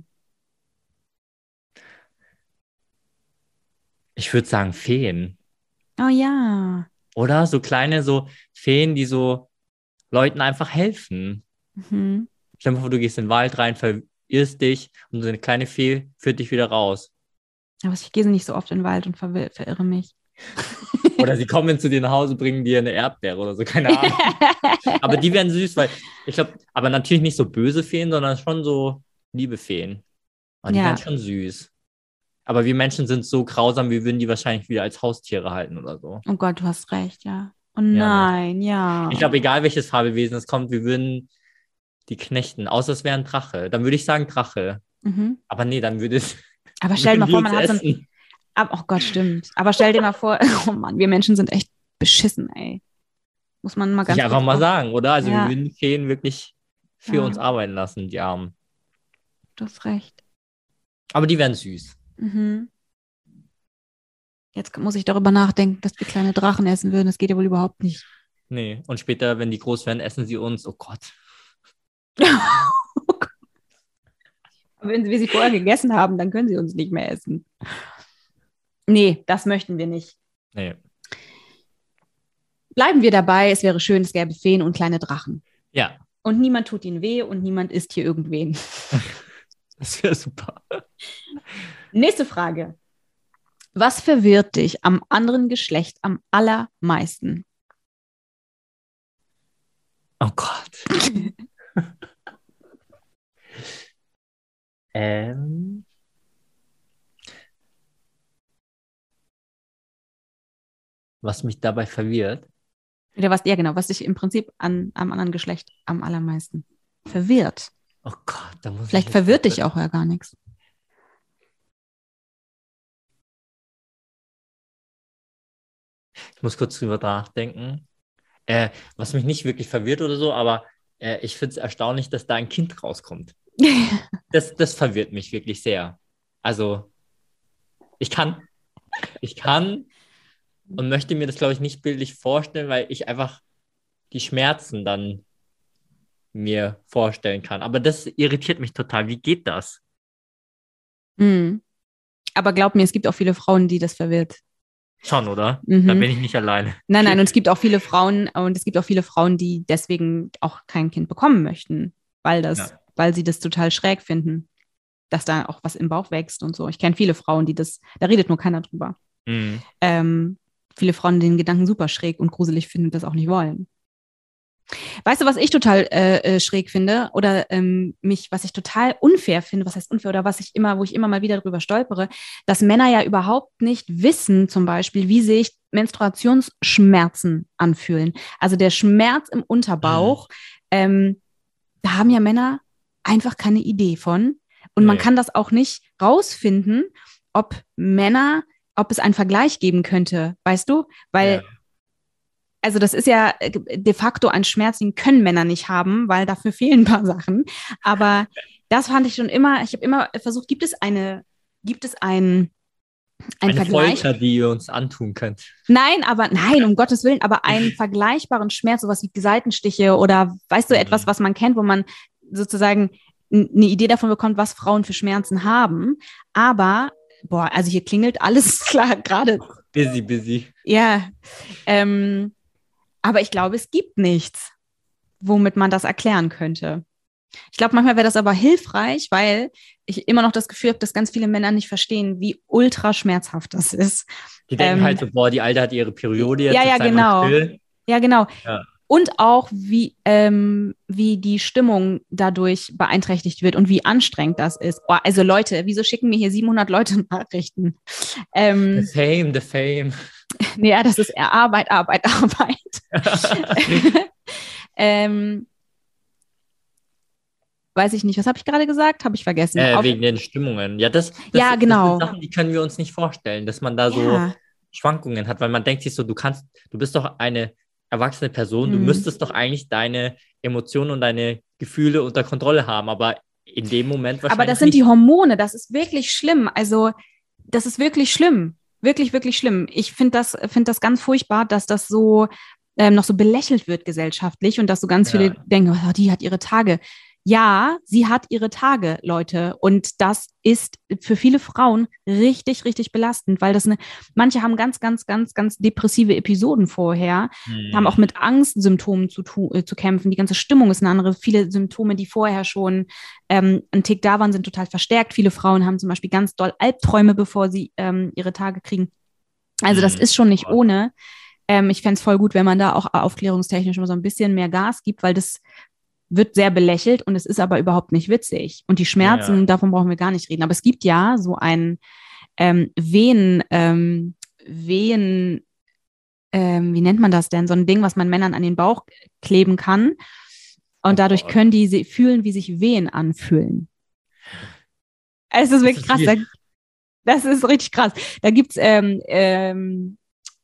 Ich würde sagen Feen. Oh ja. Oder so kleine so Feen, die so Leuten einfach helfen. Mhm. Stell dir vor, du gehst in den Wald rein, verirrst dich und so eine kleine Fee führt dich wieder raus. Aber ich gehe nicht so oft in den Wald und ver- verirre mich. Oder sie kommen zu dir nach Hause, bringen dir eine Erdbeere oder so, keine Ahnung. Aber die wären süß, weil ich glaube, aber natürlich nicht so böse Feen, sondern schon so liebe Feen. Und die ja. wären schon süß. Aber wir Menschen sind so grausam, wir würden die wahrscheinlich wieder als Haustiere halten oder so. Oh Gott, du hast recht, ja. Oh nein, ja. Ne? ja. Ich glaube, egal welches Fabelwesen es kommt, wir würden die knechten, außer es wäre ein Drache. Dann würde ich sagen Drache. Mhm. Aber nee, dann würde es... Aber stell dir mal vor, man hat so ein... Oh Gott, stimmt. Aber stell dir mal vor, oh Mann, wir Menschen sind echt beschissen, ey. Muss man mal ganz kurz einfach mal auf... sagen, oder? Also ja. wir würden Feen wirklich für ja. uns arbeiten lassen, die Armen. Du hast recht. Aber die wären süß. Mhm. Jetzt muss ich darüber nachdenken, dass wir kleine Drachen essen würden. Das geht ja wohl überhaupt nicht. Nee, und später, wenn die groß werden, essen sie uns. Oh Gott. oh Gott. Aber wenn wir sie vorher gegessen haben, dann können sie uns nicht mehr essen. Nee, das möchten wir nicht. Nee. Bleiben wir dabei, es wäre schön, es gäbe Feen und kleine Drachen. Ja. Und niemand tut ihnen weh und niemand isst hier irgendwen. Das wäre super. Nächste Frage. Was verwirrt dich am anderen Geschlecht am allermeisten? Oh Gott. ähm... Was mich dabei verwirrt. Oder was, ja genau, was dich im Prinzip an, am anderen Geschlecht am allermeisten verwirrt. Oh Gott, da muss Vielleicht ich verwirrt dich auch ja gar nichts. Ich muss kurz drüber nachdenken. Äh, was mich nicht wirklich verwirrt oder so, aber äh, ich finde es erstaunlich, dass da ein Kind rauskommt. das, das verwirrt mich wirklich sehr. Also, ich kann, ich kann und möchte mir das, glaube ich, nicht bildlich vorstellen, weil ich einfach die Schmerzen dann mir vorstellen kann. Aber das irritiert mich total. Wie geht das? Mhm. Aber glaub mir, es gibt auch viele Frauen, die das verwirrt. Schon, oder? Mhm. Da bin ich nicht alleine. Nein, nein, und es gibt auch viele Frauen, und es gibt auch viele Frauen, die deswegen auch kein Kind bekommen möchten, weil das, ja. weil sie das total schräg finden, dass da auch was im Bauch wächst und so. Ich kenne viele Frauen, die das, da redet nur keiner drüber. Mhm. Ähm, viele Frauen, die den Gedanken super schräg und gruselig finden und das auch nicht wollen. Weißt du, was ich total äh, schräg finde oder ähm, mich, was ich total unfair finde, was heißt unfair oder was ich immer, wo ich immer mal wieder drüber stolpere, dass Männer ja überhaupt nicht wissen, zum Beispiel, wie sich Menstruationsschmerzen anfühlen. Also der Schmerz im Unterbauch, mhm. ähm, da haben ja Männer einfach keine Idee von. Und nee. man kann das auch nicht rausfinden, ob Männer, ob es einen Vergleich geben könnte, weißt du? Weil ja. Also das ist ja de facto ein Schmerz, den können Männer nicht haben, weil dafür fehlen ein paar Sachen. Aber das fand ich schon immer, ich habe immer versucht, gibt es eine, gibt es ein, ein Eine Vergleich. Folter, die ihr uns antun könnt. Nein, aber nein, um Gottes Willen, aber einen vergleichbaren Schmerz, sowas wie Seitenstiche oder weißt du, Mhm. etwas, was man kennt, wo man sozusagen n- eine Idee davon bekommt, was Frauen für Schmerzen haben. Aber, boah, also hier klingelt alles klar, gerade, Busy, busy. ja. Ähm, aber ich glaube, es gibt nichts, womit man das erklären könnte. Ich glaube, manchmal wäre das aber hilfreich, weil ich immer noch das Gefühl habe, dass ganz viele Männer nicht verstehen, wie ultra schmerzhaft das ist. Die denken Ähm, halt so, boah, die Alte hat ihre Periode jetzt, ja, ja, jetzt sei mal genau. still. Ja, genau. Ja. Und auch, wie, ähm, wie die Stimmung dadurch beeinträchtigt wird und wie anstrengend das ist. Boah, also Leute, wieso schicken mir hier siebenhundert Leute Nachrichten? Ähm, The fame, the fame. nee, ja, das ist eher Arbeit, Arbeit, Arbeit. ähm, weiß ich nicht, was habe ich gerade gesagt? Habe ich vergessen. Äh, Auf, wegen den Stimmungen. Ja, das, das, ja, das genau. sind Sachen, die können wir uns nicht vorstellen, dass man da so Ja. Schwankungen hat, weil man denkt sich so, du kannst, du bist doch eine erwachsene Person, du Mhm. müsstest doch eigentlich deine Emotionen und deine Gefühle unter Kontrolle haben, aber in dem Moment wahrscheinlich Aber das sind nicht. die Hormone, das ist wirklich schlimm. Also, das ist wirklich schlimm. Wirklich, wirklich schlimm. Ich finde das, find das ganz furchtbar, dass das so ähm, noch so belächelt wird gesellschaftlich und dass so ganz Ja. viele denken, oh, die hat ihre Tage. Ja, sie hat ihre Tage, Leute. Und das ist für viele Frauen richtig, richtig belastend, weil das eine, manche haben ganz, ganz, ganz, ganz depressive Episoden vorher, Hm. haben auch mit Angstsymptomen zu, tu- äh, zu kämpfen. Die ganze Stimmung ist eine andere. Viele Symptome, die vorher schon ähm, ein Tick da waren, sind total verstärkt. Viele Frauen haben zum Beispiel ganz doll Albträume, bevor sie ähm, ihre Tage kriegen. Also das Hm. ist schon nicht Gott. ohne. Ähm, ich fände es voll gut, wenn man da auch aufklärungstechnisch mal so ein bisschen mehr Gas gibt, weil das wird sehr belächelt und es ist aber überhaupt nicht witzig. Und die Schmerzen, Ja. davon brauchen wir gar nicht reden. Aber es gibt ja so ein ähm, Wehen, ähm, Wehen, ähm, wie nennt man das denn? So ein Ding, was man Männern an den Bauch kleben kann. Und Oh dadurch Gott. können die sie fühlen, wie sich Wehen anfühlen. Es ist wirklich ist krass. wie- Da, das ist richtig krass. Da gibt es ähm, ähm,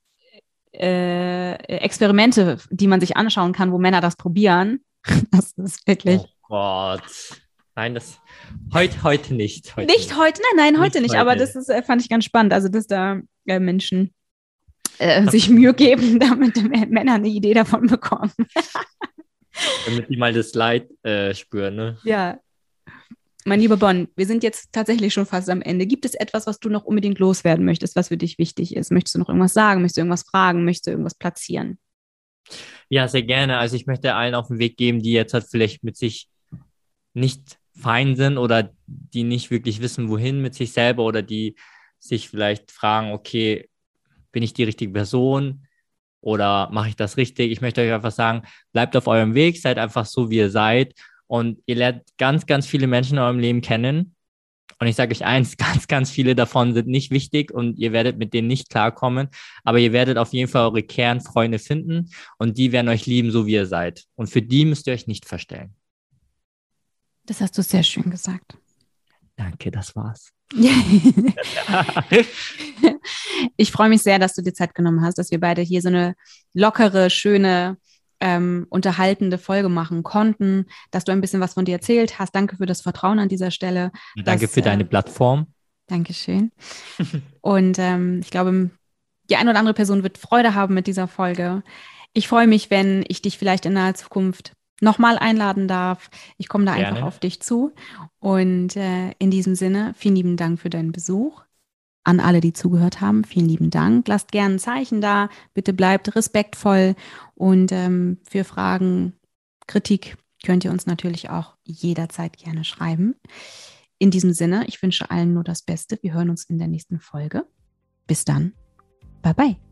äh, Experimente, die man sich anschauen kann, wo Männer das probieren. Das ist wirklich. Oh Gott. Nein, das heute, heute nicht. Heute Nicht heute, nein, nein, heute Nicht nicht, aber heute. das ist, äh, fand ich ganz spannend, also dass da äh, Menschen äh, Das- sich Mühe geben, damit M- Männer eine Idee davon bekommen. Damit die mal das Leid äh, spüren, ne? Ja. Mein lieber Bon, wir sind jetzt tatsächlich schon fast am Ende. Gibt es etwas, was du noch unbedingt loswerden möchtest, was für dich wichtig ist? Möchtest du noch irgendwas sagen? Möchtest du irgendwas fragen? Möchtest du irgendwas platzieren? Ja, sehr gerne. Also ich möchte allen auf den Weg geben, die jetzt halt vielleicht mit sich nicht fein sind oder die nicht wirklich wissen, wohin mit sich selber oder die sich vielleicht fragen, okay, bin ich die richtige Person oder mache ich das richtig? Ich möchte euch einfach sagen, bleibt auf eurem Weg, seid einfach so, wie ihr seid und ihr lernt ganz, ganz viele Menschen in eurem Leben kennen. Und ich sage euch eins, ganz, ganz viele davon sind nicht wichtig und ihr werdet mit denen nicht klarkommen, aber ihr werdet auf jeden Fall eure Kernfreunde finden und die werden euch lieben, so wie ihr seid. Und für die müsst ihr euch nicht verstellen. Das hast du sehr schön gesagt. Danke, das war's. Ich freue mich sehr, dass du dir Zeit genommen hast, dass wir beide hier so eine lockere, schöne, ähm, unterhaltende Folge machen konnten, dass du ein bisschen was von dir erzählt hast. Danke für das Vertrauen an dieser Stelle. Danke dass, für deine äh, Plattform. Dankeschön. Und ähm, ich glaube, die eine oder andere Person wird Freude haben mit dieser Folge. Ich freue mich, wenn ich dich vielleicht in naher Zukunft nochmal einladen darf. Ich komme da Gerne. einfach auf dich zu. Und äh, in diesem Sinne, vielen lieben Dank für deinen Besuch. An alle, die zugehört haben, vielen lieben Dank. Lasst gerne ein Zeichen da. Bitte bleibt respektvoll. Und ähm, für Fragen, Kritik könnt ihr uns natürlich auch jederzeit gerne schreiben. In diesem Sinne, ich wünsche allen nur das Beste. Wir hören uns in der nächsten Folge. Bis dann. Bye, bye.